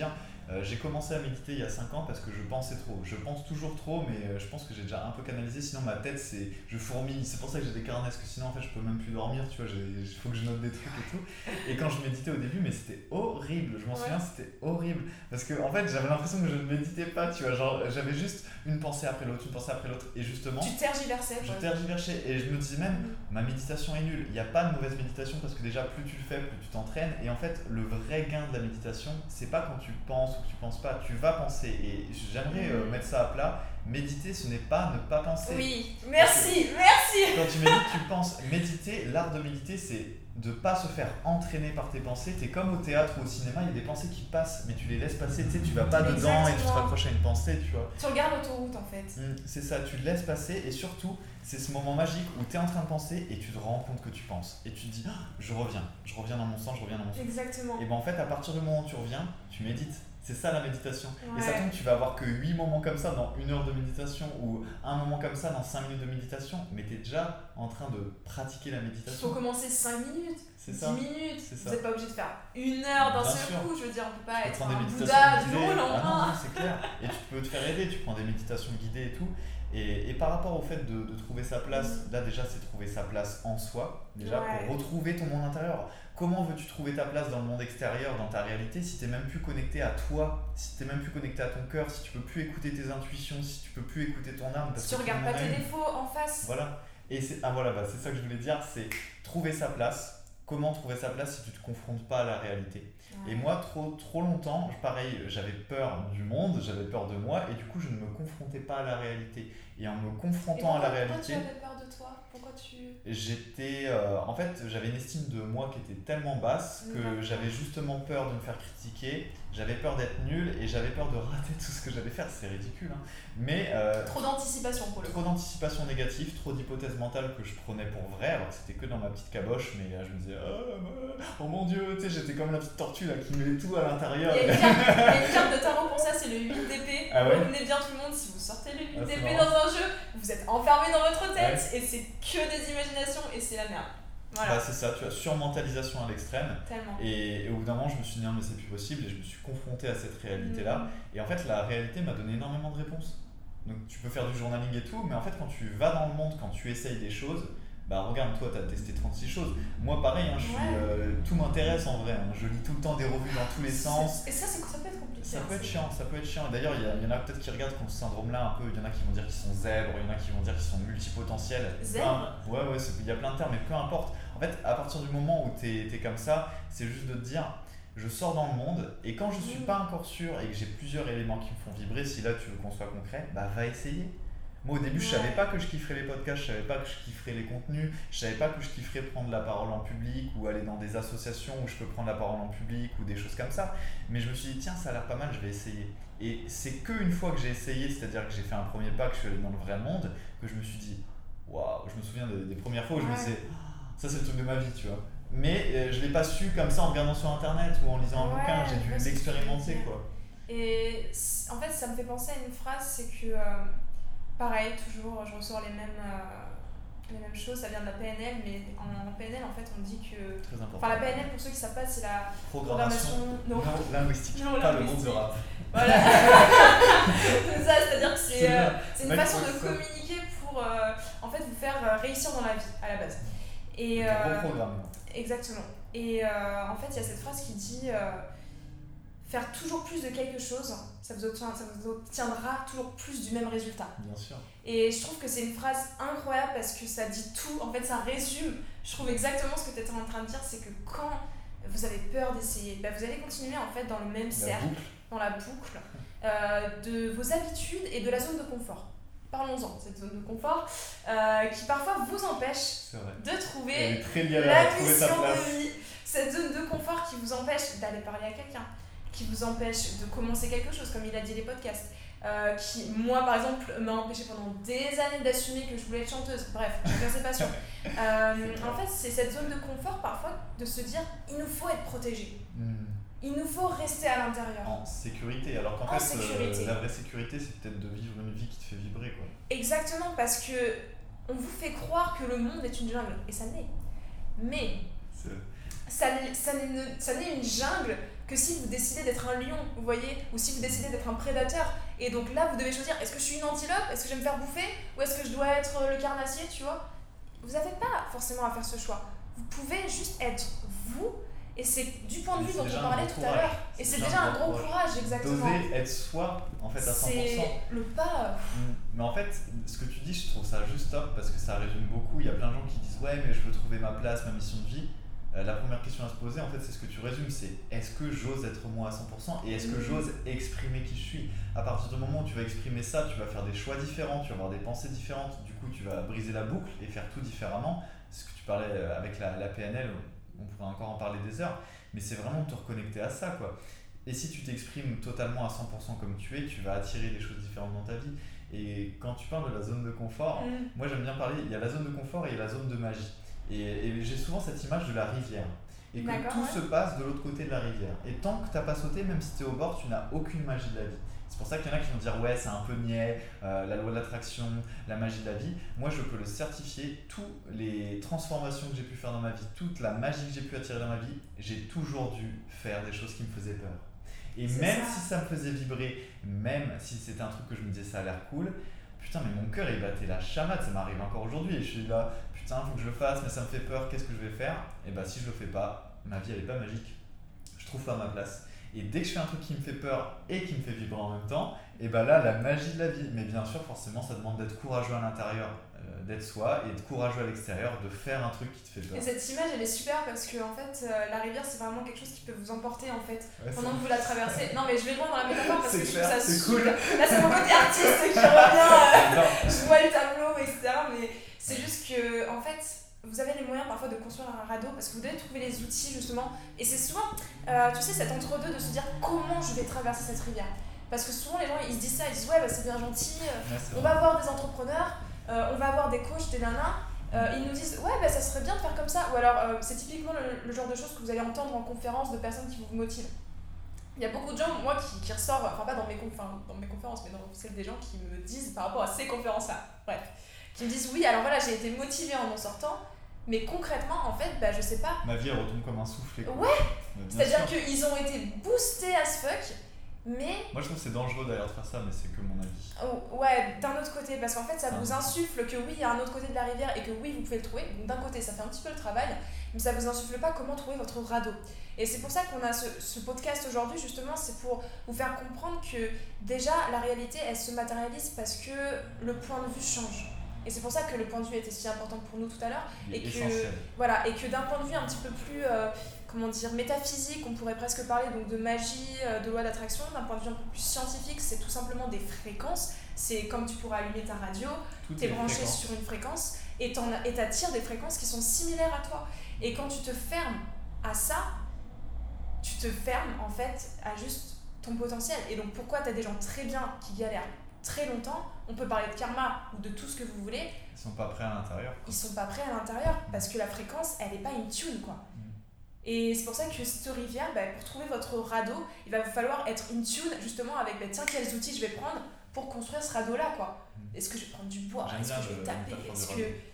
Euh, j'ai commencé à méditer il y a cinq ans parce que je pensais trop. Je pense toujours trop, mais euh, je pense que j'ai déjà un peu canalisé. Sinon, ma tête, c'est je fourmille. C'est pour ça que j'ai des carnets, parce que sinon, en fait, je peux même plus dormir. Tu vois, il faut que je note des trucs et tout. Et quand je méditais au début, mais c'était horrible. Je m'en Ouais. souviens, c'était horrible. Parce que, en fait, j'avais l'impression que je ne méditais pas. Tu vois, genre, j'avais juste une pensée après l'autre, une pensée après l'autre. Et justement, Tu tergiversais. je quoi. tergiversais. Et je me disais même, ma méditation est nulle. Il n'y a pas de mauvaise méditation parce que déjà, plus tu le fais, plus tu t'entraînes. Et en fait, le vrai gain de la méditation, c'est pas quand tu penses ou que tu penses pas. Tu vas penser. Et j'aimerais euh, mettre ça à plat. Méditer, ce n'est pas ne pas penser. Oui, merci, merci. Quand tu médites, tu penses. Méditer, l'art de méditer, c'est de pas se faire entraîner par tes pensées. T'es comme au théâtre ou au cinéma, il y a des pensées qui passent, mais tu les laisses passer. Tu sais, tu vas pas dedans Exactement. et tu te raccroches à une pensée, tu vois. Tu regardes l'autoroute en fait. Mm, c'est ça, tu le laisses passer et surtout, c'est ce moment magique où tu es en train de penser et tu te rends compte que tu penses. Et tu te dis, ah, je reviens, je reviens dans mon sang, je reviens dans mon sang. Exactement. Et ben en fait, à partir du moment où tu reviens, tu médites. C'est ça la méditation. Ouais. Et ça tombe, tu vas avoir que huit moments comme ça dans une heure de méditation ou un moment comme ça dans cinq minutes de méditation, mais tu es déjà en train de pratiquer la Il méditation. faut commencer cinq minutes, C'est dix ça. minutes. C'est ça. Vous n'êtes pas obligé de faire une heure d'un Bien seul sûr. coup. Je veux dire, on peut pas Tu peux être prendre des un méditations Bouddha du guidées. jour au Ah non, lendemain. non, c'est clair. Et tu peux te faire aider, tu prends des méditations guidées et tout. Et, et par rapport au fait de, de trouver sa place, là déjà c'est trouver sa place en soi, déjà Ouais. pour retrouver ton monde intérieur. Comment veux-tu trouver ta place dans le monde extérieur, dans ta réalité, si tu n'es même plus connecté à toi, si tu n'es même plus connecté à ton cœur, si tu peux plus écouter tes intuitions, si tu peux plus écouter ton âme. Parce Si tu que regardes tout le pas monde tes a une. défauts en face. Voilà. Et c'est ah, voilà, bah, c'est ça que je voulais dire, c'est trouver sa place. Comment trouver sa place si tu te confrontes pas à la réalité. Ouais. Et moi, trop, trop longtemps, pareil, j'avais peur du monde, j'avais peur de moi, et du coup, je ne me confrontais pas à la réalité. Et en me Et confrontant à la pourquoi, pourquoi réalité, tu avais peur de toi? Pourquoi tu. j'étais, euh, en fait, j'avais une estime de moi qui était tellement basse que D'accord. j'avais justement peur de me faire critiquer, j'avais peur d'être nul, et j'avais peur de rater tout ce que j'allais faire. C'est ridicule, hein. Mais euh, Trop d'anticipation pour le coup. trop d'anticipation négative, trop d'hypothèses mentales que je prenais pour vrai, alors que c'était que dans ma petite caboche, mais euh, je me disais, oh, bah, oh mon dieu, tu sais, j'étais comme la petite tortue là qui met tout à l'intérieur. Il y a une carte, il y a une carte de tarot pour ça, c'est le huit d'épée. Ah ouais. Retenez bien tout le monde, si vous sortez le huit Ah, c'est d'épée marrant. dans un jeu, vous êtes enfermé dans votre tête et c'est que des imaginations et c'est la merde. Voilà, Bah, c'est ça, tu vois, surmentalisation à l'extrême. tellement. Et, et au bout d'un moment, je me suis dit, non, mais c'est plus possible, et je me suis confronté à cette réalité-là. Mm. Et en fait, la réalité m'a donné énormément de réponses. Donc, tu peux faire du journaling et tout, mais en fait, quand tu vas dans le monde, quand tu essayes des choses, bah regarde, toi, tu as testé trente-six choses. Moi, pareil, hein, je suis, Ouais. euh, tout m'intéresse en vrai. hein. Je lis tout le temps des revues dans tous les sens. Et ça, c'est, ça peut être compliqué. Ça hein, peut être c'est- chiant, ça peut être chiant. Et d'ailleurs, il y, a- il y en a peut-être qui regardent qui ont ce syndrome-là un peu. Il y en a qui vont dire qu'ils sont zèbres, il y en a qui vont dire qu'ils sont multipotentiels. Zèbre Peu im- Ouais, ouais, c'est- il y a plein de termes, mais peu importe. En fait, à partir du moment où t'es es comme ça, c'est juste de te dire, je sors dans le monde, et quand je suis Mm. pas encore sûr et que j'ai plusieurs éléments qui me font vibrer, si là tu veux qu'on soit concret, bah va essayer. Moi au début, je Ouais. savais pas que je kifferais les podcasts, je savais pas que je kifferais les contenus, je savais pas que je kifferais prendre la parole en public ou aller dans des associations où je peux prendre la parole en public ou des choses comme ça. Mais je me suis dit, tiens, ça a l'air pas mal, je vais essayer. Et c'est que une fois que j'ai essayé, c'est-à-dire que j'ai fait un premier pas, que je suis allé dans le vrai monde, que je me suis dit, waouh, je me souviens des, des premières fois où je me Ouais. disais, ah, ça c'est le truc de ma vie, tu vois. Mais euh, je l'ai pas su comme ça en regardant sur internet ou en lisant un Ouais, bouquin, j'ai je vois dû ce que tu veux l'expérimenter dire. quoi. Et c- en fait, ça me fait penser à une phrase, c'est que, euh, pareil, toujours, je ressors les mêmes, euh, les mêmes choses, ça vient de la P N L, mais en, en P N L, en fait, on dit que... Très important. Enfin, la P N L, pour ceux qui ne savent pas, c'est la Programmation programmation... Non, linguistique, Non, pas le linguistique. monde de rap. voilà. C'est ça, c'est-à-dire que c'est C'est euh, bien. c'est une Mec, façon faut de que ça- communiquer pour, euh, en fait, vous faire euh, réussir dans la vie, à la base. Et, Donc, un euh, bon programme. Exactement. Et euh, en fait, il y a cette phrase qui dit euh, faire toujours plus de quelque chose, ça vous, obtient, ça vous obtiendra toujours plus du même résultat. Bien sûr. Et je trouve que c'est une phrase incroyable parce que ça dit tout, en fait, ça résume, je trouve exactement ce que tu étais en train de dire, c'est que quand vous avez peur d'essayer, bah, vous allez continuer en fait dans le même La cercle, boucle. dans la boucle euh, de vos habitudes et de la zone de confort. Parlons-en, cette zone de confort euh, qui parfois vous empêche C'est vrai. de Elle trouver est très liée à la trouver sa mission place. de vie, cette zone de confort qui vous empêche d'aller parler à quelqu'un, qui vous empêche de commencer quelque chose, comme il a dit les podcasts, euh, qui, moi par exemple, m'a empêché pendant des années d'assumer que je voulais être chanteuse. Bref, chacun ses passions. Euh, en fait, c'est cette zone de confort parfois de se dire il nous faut être protégé, Hmm. il nous faut rester à l'intérieur. En sécurité, alors qu'en En fait, euh, sécurité. la vraie sécurité, c'est peut-être de vivre une vie qui te fait vibrer, quoi. Exactement, parce que on vous fait croire que le monde est une jungle, et ça l'est. Mais C'est- ça, n'est- ça n'est ça n'est une jungle que si vous décidez d'être un lion, vous voyez, ou si vous décidez d'être un prédateur. Et donc là, vous devez choisir, est-ce que je suis une antilope, est-ce que je vais me faire bouffer, ou est-ce que je dois être le carnassier, tu vois. Vous n'avez pas forcément à faire ce choix. Vous pouvez juste être vous, et c'est du point de vue dont on parlait tout à l'heure. Et c'est déjà un gros courage, exactement. D'oser être soi, en fait, à cent pour cent. C'est le pas. Mais en fait, ce que tu dis, je trouve ça juste top, parce que ça résume beaucoup. Il y a plein de gens qui disent, ouais, mais je veux trouver ma place, ma mission de vie. Euh, la première question à se poser, en fait, c'est ce que tu résumes, c'est est-ce que j'ose être moi à cent pour cent et est-ce que j'ose exprimer qui je suis. À partir du moment où tu vas exprimer ça, tu vas faire des choix différents, tu vas avoir des pensées différentes, du coup tu vas briser la boucle et faire tout différemment. Ce que tu parlais avec la, la P N L, on pourrait encore en parler des heures, mais c'est vraiment te reconnecter à ça, quoi. Et si tu t'exprimes totalement à cent pour cent comme tu es, tu vas attirer des choses différentes dans ta vie. Et quand tu parles de la zone de confort, mmh. moi j'aime bien parler, il y a la zone de confort et il y a la zone de magie. Et, et j'ai souvent cette image de la rivière. Et que D'accord, tout ouais. se passe de l'autre côté de la rivière. Et tant que tu n'as pas sauté, même si tu es au bord, tu n'as aucune magie de la vie. C'est pour ça qu'il y en a qui vont dire ouais, c'est un peu niais, euh, la loi de l'attraction, la magie de la vie. Moi, je peux le certifier. Toutes les transformations que j'ai pu faire dans ma vie, toute la magie que j'ai pu attirer dans ma vie, j'ai toujours dû faire des choses qui me faisaient peur. Et c'est même ça. Si ça me faisait vibrer, même si c'était un truc que je me disais ça a l'air cool, putain, mais mon cœur il battait la chamade, ça m'arrive encore aujourd'hui. Et je suis là, putain, faut que je le fasse, mais ça me fait peur, qu'est-ce que je vais faire? Et bah, si je le fais pas, ma vie elle est pas magique. Je trouve pas ma place. Et dès que je fais un truc qui me fait peur et qui me fait vibrer en même temps, et bah là, la magie de la vie. Mais bien sûr, forcément, ça demande d'être courageux à l'intérieur, euh, d'être soi, et d'être courageux à l'extérieur, de faire un truc qui te fait peur. Et cette image, elle est super parce que en fait, euh, la rivière, c'est vraiment quelque chose qui peut vous emporter en fait Ouais, pendant que vous la traversez. Non, mais je vais loin dans la métaphore parce c'est que je clair, trouve ça c'est super. cool. Là, c'est mon côté artiste qui revient. Euh, je vois le tableau, et cetera. Mais c'est juste que, en fait, vous avez les moyens parfois de construire un radeau parce que vous devez trouver les outils justement. Et c'est souvent, euh, tu sais, cet entre-deux de se dire comment je vais traverser cette rivière. Parce que souvent les gens ils se disent ça, ils disent ouais, bah, c'est bien gentil, euh, ouais, c'est on va avoir des entrepreneurs, euh, on va avoir des coachs, des nanas. Euh, ils nous disent ouais, bah, ça serait bien de faire comme ça. Ou alors euh, c'est typiquement le, le genre de choses que vous allez entendre en conférence de personnes qui vous motivent. Il y a beaucoup de gens, moi, qui, qui ressortent, enfin pas dans mes, enfin, dans mes conférences, mais dans celles des gens qui me disent par rapport à ces conférences-là, bref, qui me disent oui, alors voilà, j'ai été motivée en en sortant. Mais concrètement, en fait, bah, je sais pas. Ma vie, elle retombe comme un soufflet. Ouais, bah, c'est-à-dire qu'ils ont été boostés as fuck, mais. Moi, je trouve que c'est dangereux d'ailleurs de faire ça, mais c'est que mon avis. Oh, ouais, d'un autre côté, parce qu'en fait, ça ah. vous insuffle que oui, il y a un autre côté de la rivière et que oui, vous pouvez le trouver. Donc, d'un côté, ça fait un petit peu le travail, mais ça vous insuffle pas comment trouver votre radeau. Et c'est pour ça qu'on a ce, ce podcast aujourd'hui, justement, c'est pour vous faire comprendre que déjà, la réalité, elle se matérialise parce que le point de vue change. Et c'est pour ça que le point de vue était si important pour nous tout à l'heure. Il est et que, essentiel. voilà, et que d'un point de vue un petit peu plus, euh, comment dire, métaphysique, on pourrait presque parler donc, de magie, euh, de loi d'attraction. D'un point de vue un peu plus scientifique, c'est tout simplement des fréquences. C'est comme tu pourras allumer ta radio, tu es branché fréquences. Sur une fréquence et tu attires des fréquences qui sont similaires à toi. Et quand tu te fermes à ça, tu te fermes en fait à juste ton potentiel. Et donc pourquoi tu as des gens très bien qui galèrent très longtemps, on peut parler de karma ou de tout ce que vous voulez. Ils sont pas prêts à l'intérieur. Quoi. Ils sont pas prêts à l'intérieur parce que la fréquence, elle est pas in tune quoi. Mm. Et c'est pour ça que cette rivière, bah, pour trouver votre radeau, il va vous falloir être in tune justement avec bah, tiens quels outils je vais prendre pour construire ce radeau là quoi. Mm. Est-ce que je vais prendre du bois? J'aime Est-ce que je vais le, taper? Est-ce que radeau.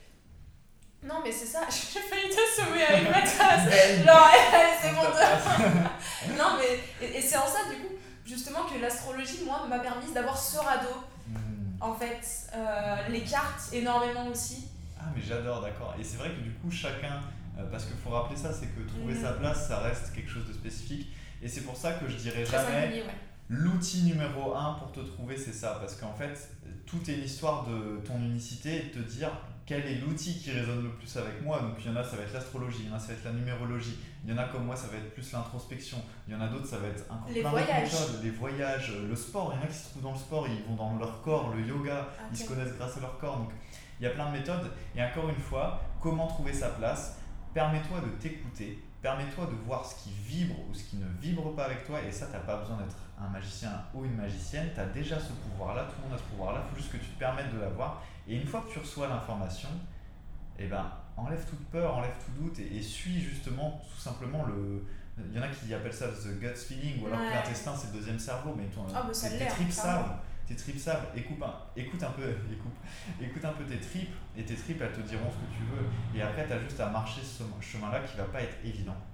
Non mais c'est ça, j'ai failli te sauver avec ma tasse. Genre c'est bon de... Non mais et, et c'est en ça du coup justement que l'astrologie, moi, m'a permis d'avoir ce radeau. Mmh. En fait, euh, les cartes, énormément aussi. Ah, mais j'adore, d'accord. Et c'est vrai que du coup, chacun, euh, parce qu'il faut rappeler ça, c'est que trouver mmh. sa place, ça reste quelque chose de spécifique. Et c'est pour ça que je dirais Très jamais singulier, ouais. L'outil numéro un pour te trouver, c'est ça. Parce qu'en fait, tout est une histoire de ton unicité et de te dire quel est l'outil qui résonne le plus avec moi. Donc il y en a, ça va être l'astrologie, il y en a, ça va être la numérologie, il y en a comme moi, ça va être plus l'introspection, il y en a d'autres, ça va être encore les plein voyages. d'autres méthodes, les voyages, le sport. Il y en a qui se trouvent dans le sport, ils vont dans leur corps, le yoga, okay. Ils se connaissent grâce à leur corps. Donc il y a plein de méthodes. Et encore une fois, comment trouver sa place? Permets-toi de t'écouter, permets-toi de voir ce qui vibre ou ce qui ne vibre pas avec toi. Et ça, tu n'as pas besoin d'être un magicien ou une magicienne, tu as déjà ce pouvoir-là, tout le monde a ce pouvoir-là, il faut juste que tu te permettes de l'avoir. Et une fois que tu reçois l'information, eh ben, enlève toute peur, enlève tout doute et, et suis justement tout simplement le... Il y en a qui appellent ça the gut feeling, ou alors ouais. que l'intestin c'est le deuxième cerveau, mais ton, oh, bah, tes, tes tripes savent, tes tripes savent, écoute un, écoute un peu, écoute, écoute un peu tes tripes, et tes tripes elles te diront ce que tu veux, et après tu as juste à marcher ce chemin-là qui va pas être évident.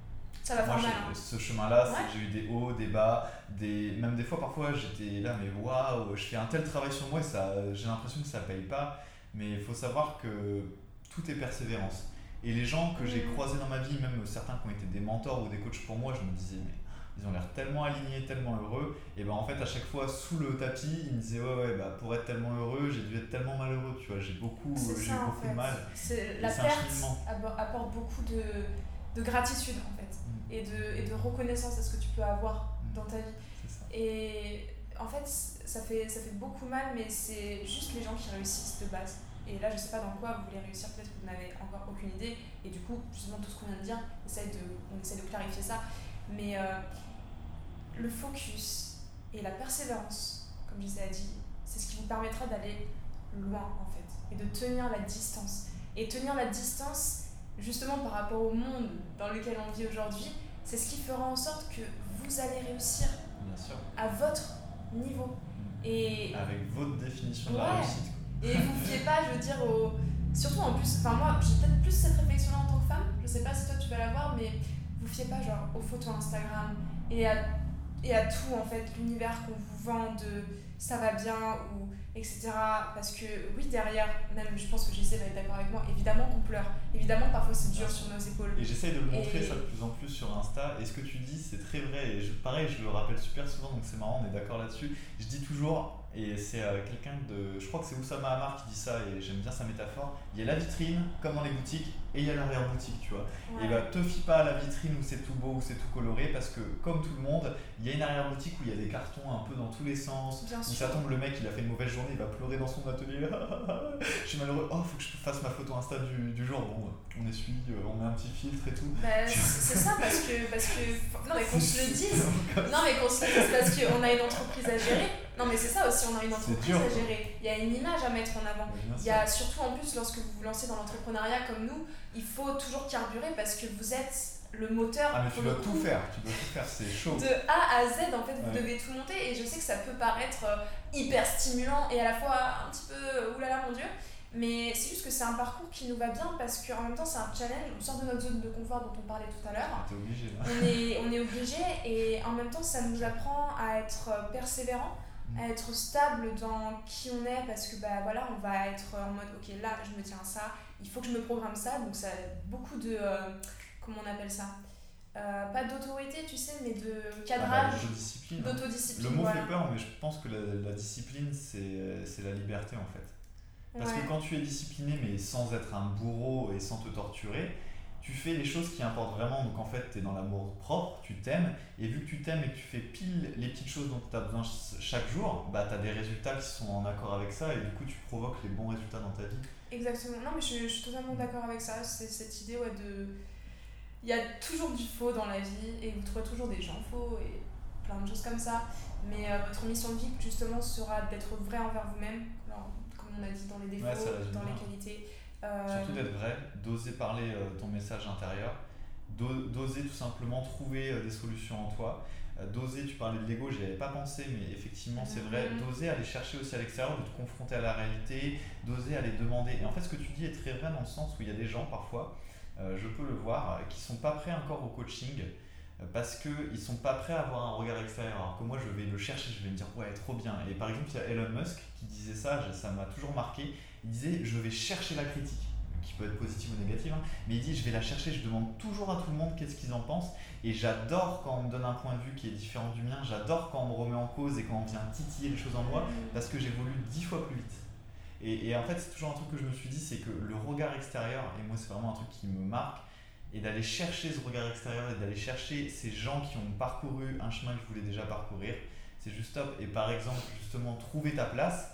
Ça va Moi, faire mal. je- Hein. ce chemin-là, c'est- Ouais. j'ai eu des hauts, des bas, des... même des fois, parfois, j'étais là, mais waouh, je fais un tel travail sur moi et ça, j'ai l'impression que ça paye pas. Mais il faut savoir que tout est persévérance. Et les gens que j'ai Mhm. croisés dans ma vie, même certains qui ont été des mentors ou des coachs pour moi, je me disais, mais ils ont l'air tellement alignés, tellement heureux. Et ben en fait, à chaque fois, sous le tapis, ils me disaient, ouais, ouais, bah, pour être tellement heureux, j'ai dû être tellement malheureux, tu vois, j'ai beaucoup, C'est j'ai ça eu en beaucoup fait. de mal. C'est- Et La c'est un perte cheminement. abo- apporte beaucoup de, de gratitude en fait. Mm. Et de, et de reconnaissance à ce que tu peux avoir Mm. dans ta vie. C'est ça. Et en fait, ça fait, ça fait beaucoup mal, mais c'est juste les gens qui réussissent de base. Et là, je sais pas dans quoi vous voulez réussir, peut-être que vous n'avez encore aucune idée. Et du coup, justement, tout ce qu'on vient de dire, essaye de, on essaie de clarifier ça. Mais euh, le focus et la persévérance, comme je disais à Adi, c'est ce qui vous permettra d'aller loin en fait. Et de tenir la distance. Et tenir la distance, justement par rapport au monde dans lequel on vit aujourd'hui, c'est ce qui fera en sorte que vous allez réussir Bien sûr. à votre niveau. Et, Avec votre définition de la Ouais. réussite. et vous ne fiez pas, je veux dire, au... surtout en plus, enfin moi j'ai peut-être plus cette réflexion-là en tant que femme, je sais pas si toi tu vas l'avoir, mais vous fiez pas genre aux photos Instagram et à, et à tout en fait, l'univers qu'on vous vend de ça va bien ou et cetera. Parce que oui, derrière, même je pense que Gisèle va être d'accord avec moi, évidemment qu'on pleure, évidemment parfois c'est dur sur nos épaules. Et j'essaye de le montrer Et- ça de plus en plus sur Insta. Et ce que tu dis, c'est très vrai. Et je, pareil, je le rappelle super souvent, donc c'est marrant, on est d'accord là-dessus. Je dis toujours, et c'est euh, quelqu'un de. Je crois que c'est Oussama Hamar qui dit ça, et j'aime bien sa métaphore. Il y a la vitrine, comme dans les boutiques, et il y a l'arrière-boutique, tu vois. Ouais. Et bah, te fie pas à la vitrine où c'est tout beau, où c'est tout coloré, parce que, comme tout le monde, il y a une arrière-boutique où il y a des cartons un peu dans tous les sens. Bien Où sûr. ça tombe, le mec, il a fait une mauvaise journée, il va pleurer dans son atelier. Je suis malheureux. Oh, faut que je fasse ma photo Insta du, du jour. Bon, on essuie, euh, on met un petit filtre et tout. Bah, c'est c'est ça parce que, parce que non mais qu'on se le dise, Comme non mais qu'on se le dise parce qu'on a une entreprise à gérer. Non mais c'est ça aussi, on a une C'est entreprise dur, à quoi. gérer. Il y a une image à mettre en avant. Bien Il sûr. y a surtout en plus lorsque vous vous lancez dans l'entrepreneuriat comme nous, il faut toujours carburer parce que vous êtes le moteur. Ah, mais tu pour dois le tout coup. faire, tu dois tout faire, c'est chaud. De A à Z, en fait, vous Ouais. devez tout monter. Et je sais que ça peut paraître euh, hyper stimulant et à la fois un petit peu euh, oulala mon dieu. Mais c'est juste que c'est un parcours qui nous va bien parce qu'en même temps, c'est un challenge. On sort de notre zone de confort dont on parlait tout à l'heure. T'es obligé là. On est, on est obligé et en même temps, ça nous apprend à être euh, persévérant, à être stable dans qui on est parce que bah voilà, on va être en mode ok, là je me tiens à ça, il faut que je me programme ça. Donc, ça a beaucoup de. Euh, comment on appelle ça euh, Pas d'autorité, tu sais, mais de Ah bah, cadrage, l'autodiscipline, hein. d'autodiscipline. Le mot voilà. fait peur, mais je pense que la, la discipline, c'est c'est la liberté en fait. Parce Ouais. que quand tu es discipliné, mais sans être un bourreau et sans te torturer, tu fais les choses qui importent vraiment. Donc en fait, tu es dans l'amour propre, tu t'aimes, et vu que tu t'aimes et que tu fais pile les petites choses dont tu as besoin ch- chaque jour, bah, tu as des résultats qui sont en accord avec ça, et du coup, tu provoques les bons résultats dans ta vie. Exactement. Non, mais je, je suis totalement d'accord avec ça. C'est cette idée ouais, de. Il y a toujours du faux dans la vie et vous trouverez toujours des gens faux et plein de choses comme ça. Mais euh, votre mission de vie, justement, sera d'être vrai envers vous-même, alors, comme on a dit, dans les défauts, Ouais, ça résume dans bien. les qualités. Euh, Surtout d'être vrai, d'oser parler euh, ton message intérieur, d'o- d'oser tout simplement trouver euh, des solutions en toi, euh, d'oser, tu parlais de l'ego, j'y avais pas pensé, mais effectivement c'est vrai, Mhm. d'oser aller chercher aussi à l'extérieur, de te confronter à la réalité, d'oser aller demander. Et en fait, ce que tu dis est très vrai dans le sens où il y a des gens parfois, euh, je peux le voir, euh, qui sont pas prêts encore au coaching euh, parce qu'ils sont pas prêts à avoir un regard extérieur. Alors que moi, je vais le chercher, je vais me dire ouais, trop bien. Et par exemple, il y a Elon Musk qui disait ça, je- ça m'a toujours marqué. Il disait je vais chercher la critique, qui peut être positive ou négative, hein, mais il dit je vais la chercher, je demande toujours à tout le monde qu'est-ce qu'ils en pensent, et j'adore quand on me donne un point de vue qui est différent du mien, j'adore quand on me remet en cause et quand on vient titiller les choses en moi, parce que j'évolue dix fois plus vite. Et, et en fait, c'est toujours un truc que je me suis dit, c'est que le regard extérieur, et moi c'est vraiment un truc qui me marque, et d'aller chercher ce regard extérieur et d'aller chercher ces gens qui ont parcouru un chemin que je voulais déjà parcourir, c'est juste top. Et par exemple, justement, trouver ta place,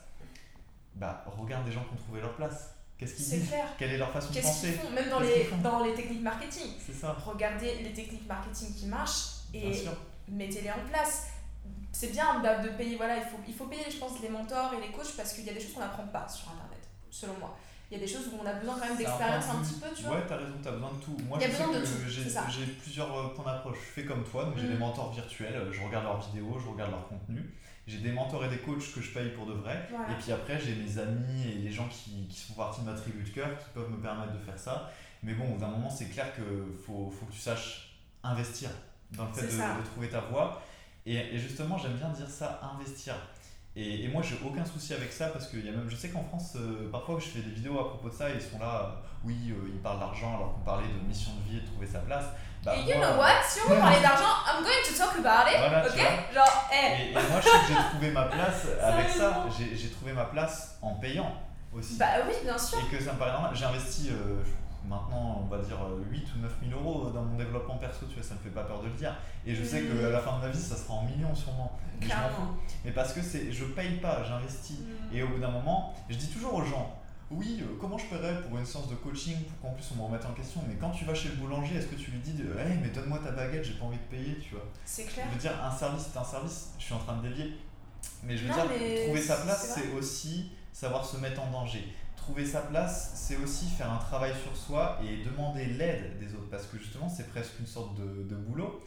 bah regarde des gens qui ont trouvé leur place. Qu'est-ce qu'ils C'est disent clair. Quelle est leur façon de Qu'est-ce penser qu'ils font Même dans Qu'est-ce les, qu'ils font dans les techniques marketing. C'est ça, Regardez les techniques marketing qui marchent bien et sûr. mettez-les en place. C'est bien de, de payer, voilà, il faut, il faut payer, je pense, les mentors et les coachs parce qu'il y a des choses qu'on n'apprend pas sur Internet, selon moi. Il y a des choses où on a besoin quand même C'est un d'expérience point un de petit vue. peu, tu vois. Ouais, t'as raison, t'as besoin de tout. Moi, Il y a je sais besoin de que tout, j'ai, c'est ça. j'ai plusieurs euh, points d'approche. Je fais comme toi, donc j'ai Mm. des mentors virtuels, je regarde leurs vidéos, je regarde leur contenu. J'ai des mentors et des coachs que je paye pour de vrai. Voilà. Et puis après, j'ai mes amis et les gens qui, qui font partie de ma tribu de cœur qui peuvent me permettre de faire ça. Mais bon, au bout d'un moment, c'est clair qu'il faut, faut que tu saches investir dans le fait de, de trouver ta voie. Et, et justement, j'aime bien dire ça, investir. Et, et moi, j'ai aucun souci avec ça parce que y a même, je sais qu'en France, euh, parfois, je fais des vidéos à propos de ça et ils sont là, euh, oui, euh, ils parlent d'argent alors qu'on parlait de mission de vie et de trouver sa place. Bah, et you moi, know what? Si on veut parler d'argent, I'm going to talk about it. Voilà, ok? Genre, hey. et, et moi, je sais que j'ai trouvé ma place avec ça. J'ai, j'ai trouvé ma place en payant aussi. Bah oui, bien sûr. Et que ça me paraît normal. J'ai investi euh, maintenant, on va dire huit ou neuf mille euros dans mon développement perso, tu vois, ça me fait pas peur de le dire. Et je mmh. sais qu'à la fin de ma vie, ça sera en millions sûrement. Mais je m'en fous. Mais parce que c'est, je paye pas, j'investis. Mmh. Et au bout d'un moment, je dis toujours aux gens, oui, euh, comment je paierais pour une séance de coaching pour qu'en plus on me remette en question? Mais quand tu vas chez le boulanger, est-ce que tu lui dis de, hey, mais donne-moi ta baguette, j'ai pas envie de payer, tu vois? C'est clair. Je veux dire, un service, c'est un service, je suis en train de dévier. Mais je veux non, dire, trouver sa place, c'est, c'est aussi savoir se mettre en danger. Trouver sa place, c'est aussi faire un travail sur soi et demander l'aide des autres. Parce que justement, c'est presque une sorte de, de boulot.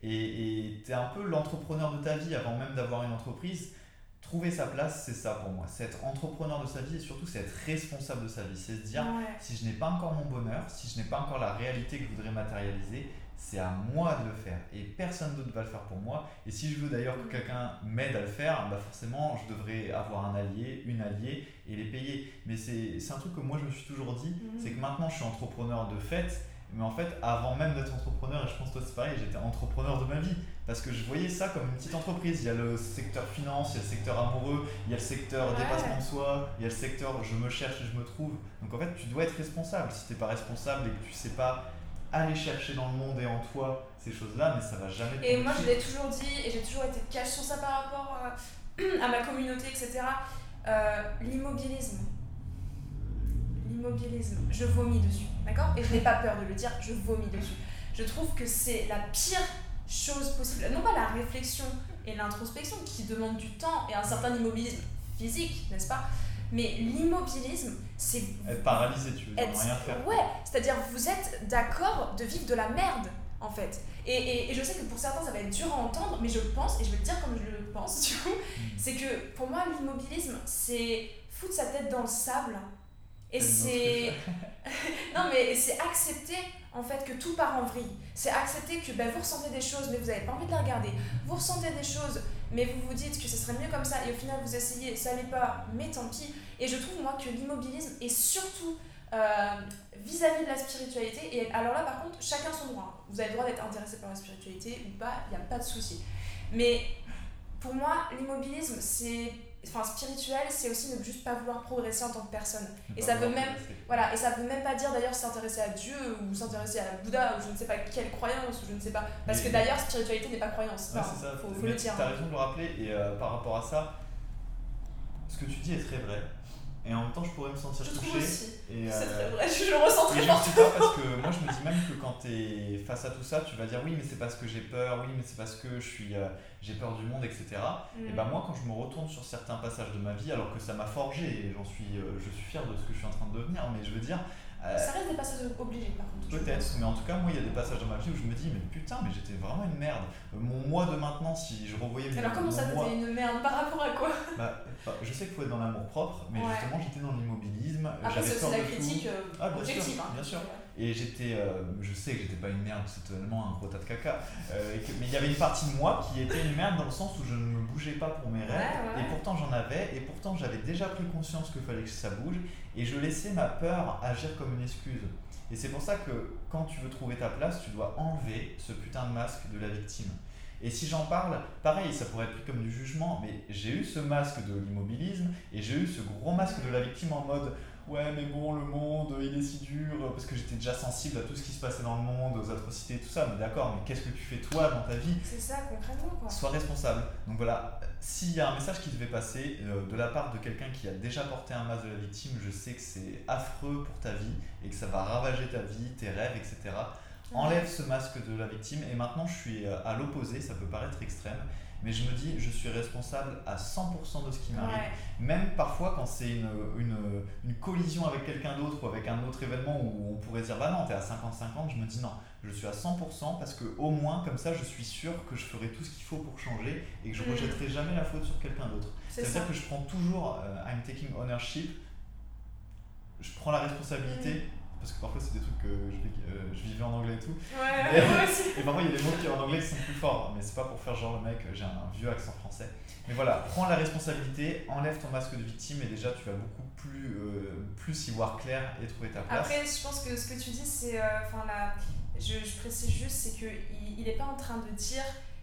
Et tu es un peu l'entrepreneur de ta vie avant même d'avoir une entreprise. Trouver sa place, c'est ça pour moi. C'est être entrepreneur de sa vie et surtout, c'est être responsable de sa vie. C'est se dire, ouais. si je n'ai pas encore mon bonheur, si je n'ai pas encore la réalité que je voudrais matérialiser, c'est à moi de le faire. Et personne d'autre va le faire pour moi. Et si je veux d'ailleurs que quelqu'un m'aide à le faire, bah forcément, je devrais avoir un allié, une alliée et les payer. Mais c'est, c'est un truc que moi, je me suis toujours dit, mmh. c'est que maintenant, je suis entrepreneur de fait. Mais en fait, avant même d'être entrepreneur, et je pense que toi c'est pareil, j'étais entrepreneur de ma vie. Parce que je voyais ça comme une petite entreprise. Il y a le secteur finance, il y a le secteur amoureux, il y a le secteur ouais. dépassement de soi, il y a le secteur je me cherche et je me trouve. Donc en fait, tu dois être responsable. Si tu n'es pas responsable et que tu ne sais pas aller chercher dans le monde et en toi ces choses-là, mais ça va jamais te Et moi, je l'ai toujours dit, et j'ai toujours été cash sur ça par rapport euh, à ma communauté, et cetera. Euh, l'immobilisme. L'immobilisme, je vomis dessus, d'accord? Et je n'ai pas peur de le dire, je vomis dessus. Je trouve que c'est la pire chose possible. Non pas la réflexion et l'introspection qui demandent du temps et un certain immobilisme physique, n'est-ce pas? Mais l'immobilisme, c'est... Être paralysé, tu veux dire, être, rien faire. Ouais, c'est-à-dire vous êtes d'accord de vivre de la merde, en fait. Et, et, et je sais que pour certains, ça va être dur à entendre, mais je le pense, et je vais le dire comme je le pense, du coup, mmh. c'est que pour moi, l'immobilisme, c'est foutre sa tête dans le sable. Et c'est... non, mais c'est accepter en fait que tout part en vrille. C'est accepter que ben, vous ressentez des choses, mais vous n'avez pas envie de les regarder. Vous ressentez des choses, mais vous vous dites que ce serait mieux comme ça, et au final vous essayez, ça n'est pas, mais tant pis. Et je trouve moi que l'immobilisme est surtout euh, vis-à-vis de la spiritualité. Et alors là, par contre, chacun son droit. Vous avez le droit d'être intéressé par la spiritualité ou pas, il n'y a pas de souci. Mais pour moi, l'immobilisme, c'est... Enfin, spirituel, c'est aussi ne juste pas vouloir progresser en tant que personne. Et ça veut même, voilà, et ça veut même pas dire d'ailleurs s'intéresser à Dieu ou s'intéresser à la Bouddha ou je ne sais pas quelle croyance ou je ne sais pas. Parce mais, que d'ailleurs, spiritualité n'est pas croyance. Ouais, enfin, c'est ça. Faut, faut le dire. Tu as raison de le rappeler et euh, par rapport à ça, ce que tu dis est très vrai. Et en même temps, je pourrais me sentir je touché. Aussi. Et, c'est euh, très vrai, je le ressens très fortement. Je ne sais pas parce que moi, je me dis même que quand tu es face à tout ça, tu vas dire oui, mais c'est parce que j'ai peur, oui, mais c'est parce que je suis, euh, j'ai peur du monde, et cetera. Mm. Et ben moi, quand je me retourne sur certains passages de ma vie, alors que ça m'a forgé, et j'en suis, euh, je suis fier de ce que je suis en train de devenir, mais je veux dire. Euh, ça reste des passages obligés par contre. Peut-être, mais en tout cas, moi, il y a des passages dans ma vie où je me dis, mais putain, mais j'étais vraiment une merde. Mon moi de maintenant, si je revoyais mes. Alors, comment ça, moi... t'étais une merde? Par rapport à quoi? bah, bah, je sais qu'il faut être dans l'amour propre, mais ouais. justement, j'étais dans l'immobilisme. Après, j'avais c'est peur aussi de la critique euh, ah, bien objective. Sûr, hein, bien sûr. Et j'étais, euh, je sais que j'étais pas une merde, c'est tellement un gros tas de caca. Euh, que, mais il y avait une partie de moi qui était une merde dans le sens où je ne me bougeais pas pour mes rêves. Ouais, ouais. Et pourtant, j'en avais. Et pourtant, j'avais déjà pris conscience qu'il fallait que ça bouge. Et je laissais ma peur agir comme une excuse. Et c'est pour ça que quand tu veux trouver ta place, tu dois enlever ce putain de masque de la victime. Et si j'en parle, pareil, ça pourrait être pris comme du jugement, mais j'ai eu ce masque de l'immobilisme et j'ai eu ce gros masque de la victime en mode ouais mais bon le monde il est si dur, parce que j'étais déjà sensible à tout ce qui se passait dans le monde, aux atrocités et tout ça, mais d'accord, mais qu'est-ce que tu fais toi dans ta vie? C'est ça concrètement quoi. Sois responsable. Donc voilà, s'il y a un message qui devait passer euh, de la part de quelqu'un qui a déjà porté un masque de la victime, je sais que c'est affreux pour ta vie et que ça va ravager ta vie, tes rêves, et cetera. Enlève ce masque de la victime et maintenant je suis à l'opposé, ça peut paraître extrême, mais je me dis je suis responsable à cent pour cent de ce qui m'arrive, ouais. Même parfois quand c'est une, une, une collision avec quelqu'un d'autre ou avec un autre événement où on pourrait dire bah non t'es à cinquante cinquante, je me dis non, je suis à cent pour cent parce que au moins comme ça je suis sûr que je ferai tout ce qu'il faut pour changer et que je ne mmh. rejetterai jamais la faute sur quelqu'un d'autre. C'est-à-dire que je prends toujours, uh, I'm taking ownership, je prends la responsabilité. Mmh. parce que parfois c'est des trucs que je, euh, je vivais en anglais et tout. Ouais, mais, moi aussi. Et parfois il y a des mots qui en anglais qui sont plus forts, mais c'est pas pour faire genre le mec, j'ai un vieux accent français. Mais voilà, prends la responsabilité, enlève ton masque de victime et déjà tu vas beaucoup plus, euh, plus y voir clair et trouver ta place. Après, je pense que ce que tu dis, c'est. Enfin, là, je, je précise juste, c'est qu'il n'est pas en train de dire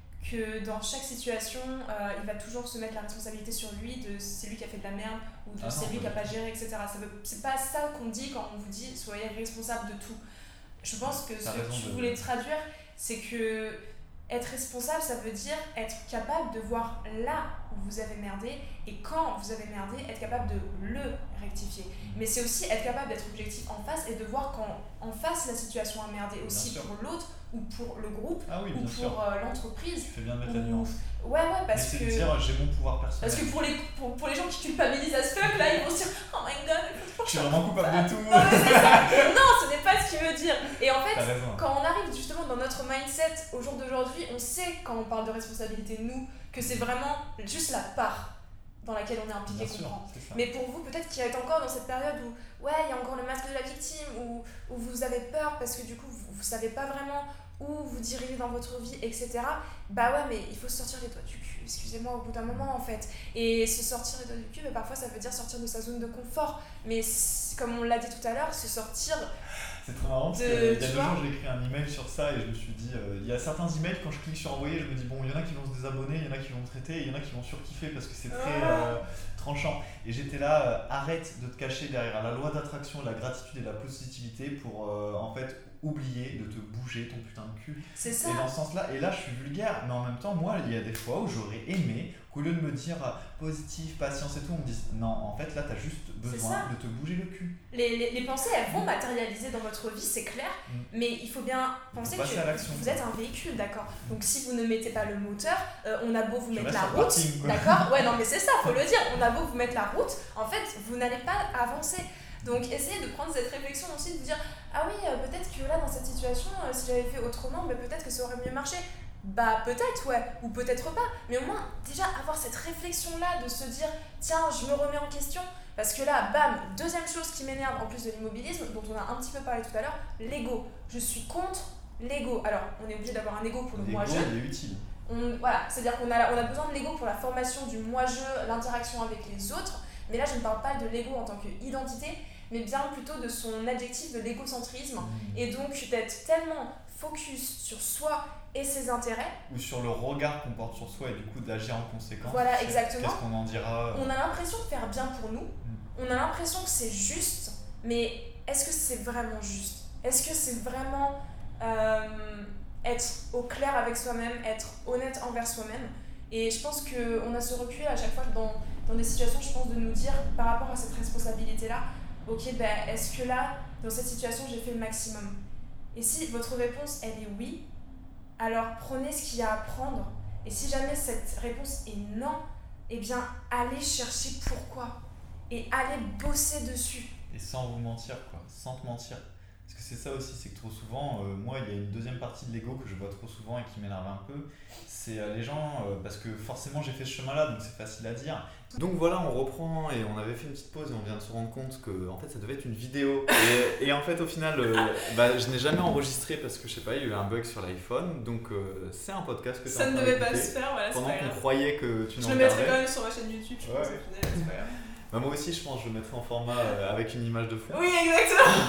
que dans chaque situation, euh, il va toujours se mettre la responsabilité sur lui, de c'est lui qui a fait de la merde, ou de Ah c'est non, lui qui a pas pas géré, et cetera. Ça veut, c'est pas ça qu'on dit quand on vous dit soyez responsable de tout. Je pense que ce T'as que raison tu de- voulais traduire, c'est que être responsable, ça veut dire être capable de voir là où vous avez merdé, et quand vous avez merdé, être capable de le rectifier. Mais c'est aussi être capable d'être objectif en face et de voir quand en face la situation a merdé, aussi sûr. pour l'autre ou pour le groupe Ah oui, ou bien pour sûr. euh, l'entreprise. Tu fais bien de mettre la Ou- nuance. Ouais, ouais, Mais parce c'est que. de dire j'ai mon pouvoir personnel. Parce que pour les, pour, pour les gens qui culpabilisent à ce fuck là, ils vont se dire oh my god, Je suis vraiment coupable de tout. non, mais c'est ça. Non, ce n'est pas ce qu'il veut dire. Et en fait, T'as raison. quand on arrive justement dans notre mindset au jour d'aujourd'hui, on sait quand on parle de responsabilité, nous, que c'est vraiment juste la part dans laquelle on est impliqué Bien qu'on sûr, prend. c'est ça. Mais pour vous, peut-être qu'il y a encore dans cette période où, ouais, il y a encore le masque de la victime, où, où vous avez peur parce que du coup, vous, vous savez pas vraiment où vous dirigez dans votre vie, et cetera. Bah ouais, mais il faut se sortir les doigts du cul, excusez-moi, au bout d'un moment en fait. Et se sortir les doigts du cul, mais parfois ça veut dire sortir de sa zone de confort. Mais c- comme on l'a dit tout à l'heure, se sortir. C'est trop marrant parce De- qu'il y a deux tu vois jours j'ai écrit un email sur ça et je me suis dit, euh, il y a certains emails quand je clique sur envoyer, je me dis bon, il y en a qui vont se désabonner, il y en a qui vont me traiter, et il y en a qui vont surkiffer parce que c'est très euh, tranchant. Et j'étais là, euh, arrête de te cacher derrière la loi d'attraction, la gratitude et la positivité pour euh, en fait oublier de te bouger ton putain de cul. C'est ça. Et dans ce sens-là, et là je suis vulgaire, mais en même temps, moi il y a des fois où j'aurais aimé qu'au lieu de me dire euh, positif, patience et tout, on me dise non, en fait là t'as juste besoin de te bouger le cul. Les, les, les pensées, elles vont matérialiser dans votre vie, c'est clair, Mm. mais il faut bien penser passer à l'action. que vous êtes un véhicule, d'accord. Donc si vous ne mettez pas le moteur, euh, on a beau vous Tu mettre restes la sur le route, parking, quoi. d'accord. Ouais, non, mais c'est ça, faut le dire. On a beau vous mettre la route, en fait, vous n'allez pas avancer. Donc essayez de prendre cette réflexion aussi, de vous dire ah oui, euh, peut-être que là, dans cette situation, euh, si j'avais fait autrement, bah, peut-être que ça aurait mieux marché. Bah peut-être ouais, ou peut-être pas, mais au moins déjà avoir cette réflexion là de se dire tiens je me remets en question, parce que là bam, deuxième chose qui m'énerve en plus de l'immobilisme dont on a un petit peu parlé tout à l'heure, l'ego. Je suis contre l'ego. Alors on est obligé d'avoir un ego pour le L'ego, moi-je, il est utile. on, voilà, c'est-à-dire qu'on a, on a besoin de l'ego pour la formation du moi-je, l'interaction avec les autres, mais là je ne parle pas de l'ego en tant qu'identité, mais bien plutôt de son adjectif de l'égocentrisme, Mmh. et donc d'être tellement focus sur soi et ses intérêts. Ou sur le regard qu'on porte sur soi et du coup d'agir en conséquence. Voilà, C'est- exactement. Qu'est-ce qu'on en dira On a l'impression de faire bien pour nous, on a l'impression que c'est juste, mais est-ce que c'est vraiment juste? Est-ce que c'est vraiment euh, être au clair avec soi-même, être honnête envers soi-même? Et je pense qu'on a ce recul à chaque fois dans, dans des situations, je pense, de nous dire par rapport à cette responsabilité-là, ok, ben, est-ce que là, dans cette situation, j'ai fait le maximum? Et si votre réponse, elle est oui, alors prenez ce qu'il y a à prendre. Et si jamais cette réponse est non, eh bien, allez chercher pourquoi. Et allez bosser dessus. Et sans vous mentir, quoi. Sans te mentir. Parce que c'est ça aussi, c'est que trop souvent, euh, moi, il y a une deuxième partie de l'ego que je vois trop souvent et qui m'énerve un peu. C'est euh, les gens, euh, parce que forcément j'ai fait ce chemin-là, donc c'est facile à dire. Donc voilà, on reprend et on avait fait une petite pause et on vient de se rendre compte que en fait ça devait être une vidéo. Et, et en fait au final, euh, bah, je n'ai jamais enregistré parce que je sais pas, il y a eu un bug sur l'iPhone. Donc euh, c'est un podcast que tu Ça ne devait pas se faire, voilà, c'est pendant pas qu'on grave. croyait que tu Je n'en le mettrai regardais. quand même sur ma chaîne YouTube, je Ouais. pense, au final, c'est pas grave. Bah, moi aussi je pense que je le mettrai en format euh, avec une image de fond. Oui, exactement.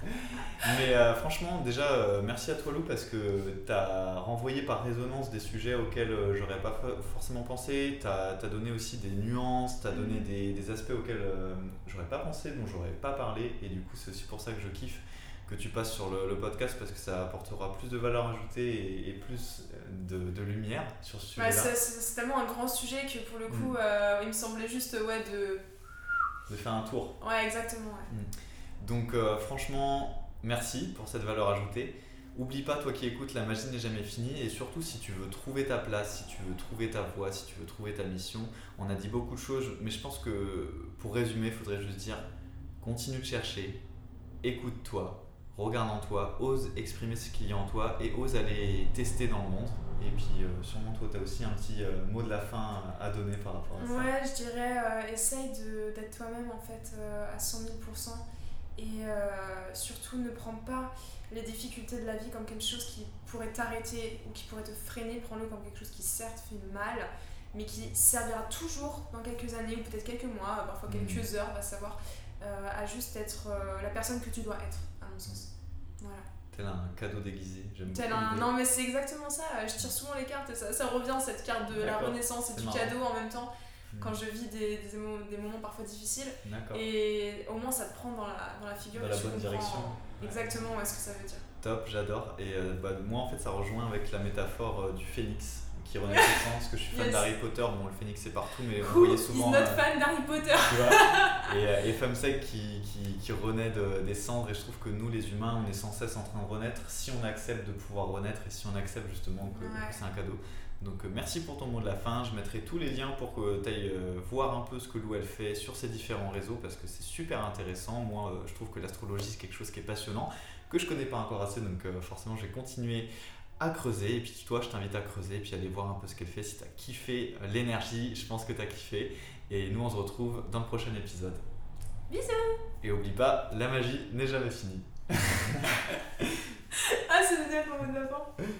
Mais euh, franchement, déjà, euh, merci à toi Lou parce que tu as renvoyé par résonance des sujets auxquels euh, j'aurais pas fa- forcément pensé. Tu as donné aussi des nuances, tu as donné des, des aspects auxquels euh, j'aurais pas pensé, dont j'aurais pas parlé. Et du coup, c'est aussi pour ça que je kiffe que tu passes sur le, le podcast parce que ça apportera plus de valeur ajoutée et, et plus de, de lumière sur ce sujet-là. Ouais, c'est, c'est, c'est tellement un grand sujet que pour le coup, Mm. euh, il me semblait juste ouais, de. De faire un tour. Ouais, exactement. Ouais. Donc euh, franchement, merci pour cette valeur ajoutée. Oublie pas, toi qui écoutes, la magie n'est jamais finie. Et surtout, si tu veux trouver ta place, si tu veux trouver ta voie, si tu veux trouver ta mission, on a dit beaucoup de choses, mais je pense que pour résumer, il faudrait juste dire continue de chercher, écoute-toi, regarde en toi, ose exprimer ce qu'il y a en toi et ose aller tester dans le monde. Et puis euh, sûrement toi tu as aussi un petit euh, mot de la fin à donner par rapport à ça. Ouais, je dirais, euh, essaye de, d'être toi-même en fait euh, à cent mille pour cent Et euh, surtout, ne prends pas les difficultés de la vie comme quelque chose qui pourrait t'arrêter ou qui pourrait te freiner. Prends-le comme quelque chose qui certes fait mal, mais qui servira toujours dans quelques années ou peut-être quelques mois, parfois quelques mmh. heures, on va savoir, euh, à juste être euh, la personne que tu dois être, à mon sens. Voilà. Tel un cadeau déguisé, j'aime Tel beaucoup. Un... Non mais c'est exactement ça, je tire souvent les cartes, ça, ça revient cette carte de D'accord. la renaissance et c'est du marrant. Cadeau en même temps. Quand je vis des, des, des moments parfois difficiles. D'accord. Et au moins ça te prend dans la, dans la figure. Dans la bonne direction. Exactement ouais. ce que ça veut dire. Top, j'adore. Et euh, bah, moi en fait ça rejoint avec la métaphore euh, du phénix qui renaît tout le temps, parce que je suis fan yes. d'Harry Potter, bon le phénix c'est partout mais on voyait souvent... He's not euh, fan d'Harry Potter. Tu vois et, et Femsec qui, qui, qui renaît de, des cendres, et je trouve que nous les humains on est sans cesse en train de renaître si on accepte de pouvoir renaître et si on accepte justement que, ouais. que c'est un cadeau. Donc euh, merci pour ton mot de la fin, je mettrai tous les liens pour que tu ailles euh, voir un peu ce que Lou elle fait sur ses différents réseaux parce que c'est super intéressant. Moi euh, je trouve que l'astrologie c'est quelque chose qui est passionnant, que je connais pas encore assez, donc euh, forcément je vais continuer à creuser, et puis toi je t'invite à creuser et puis aller voir un peu ce qu'elle fait. Si t'as kiffé l'énergie, je pense que t'as kiffé, et nous on se retrouve dans le prochain épisode. Bisous. Et oublie pas, la magie n'est jamais finie. Ah c'est déjà pour mot de la fin.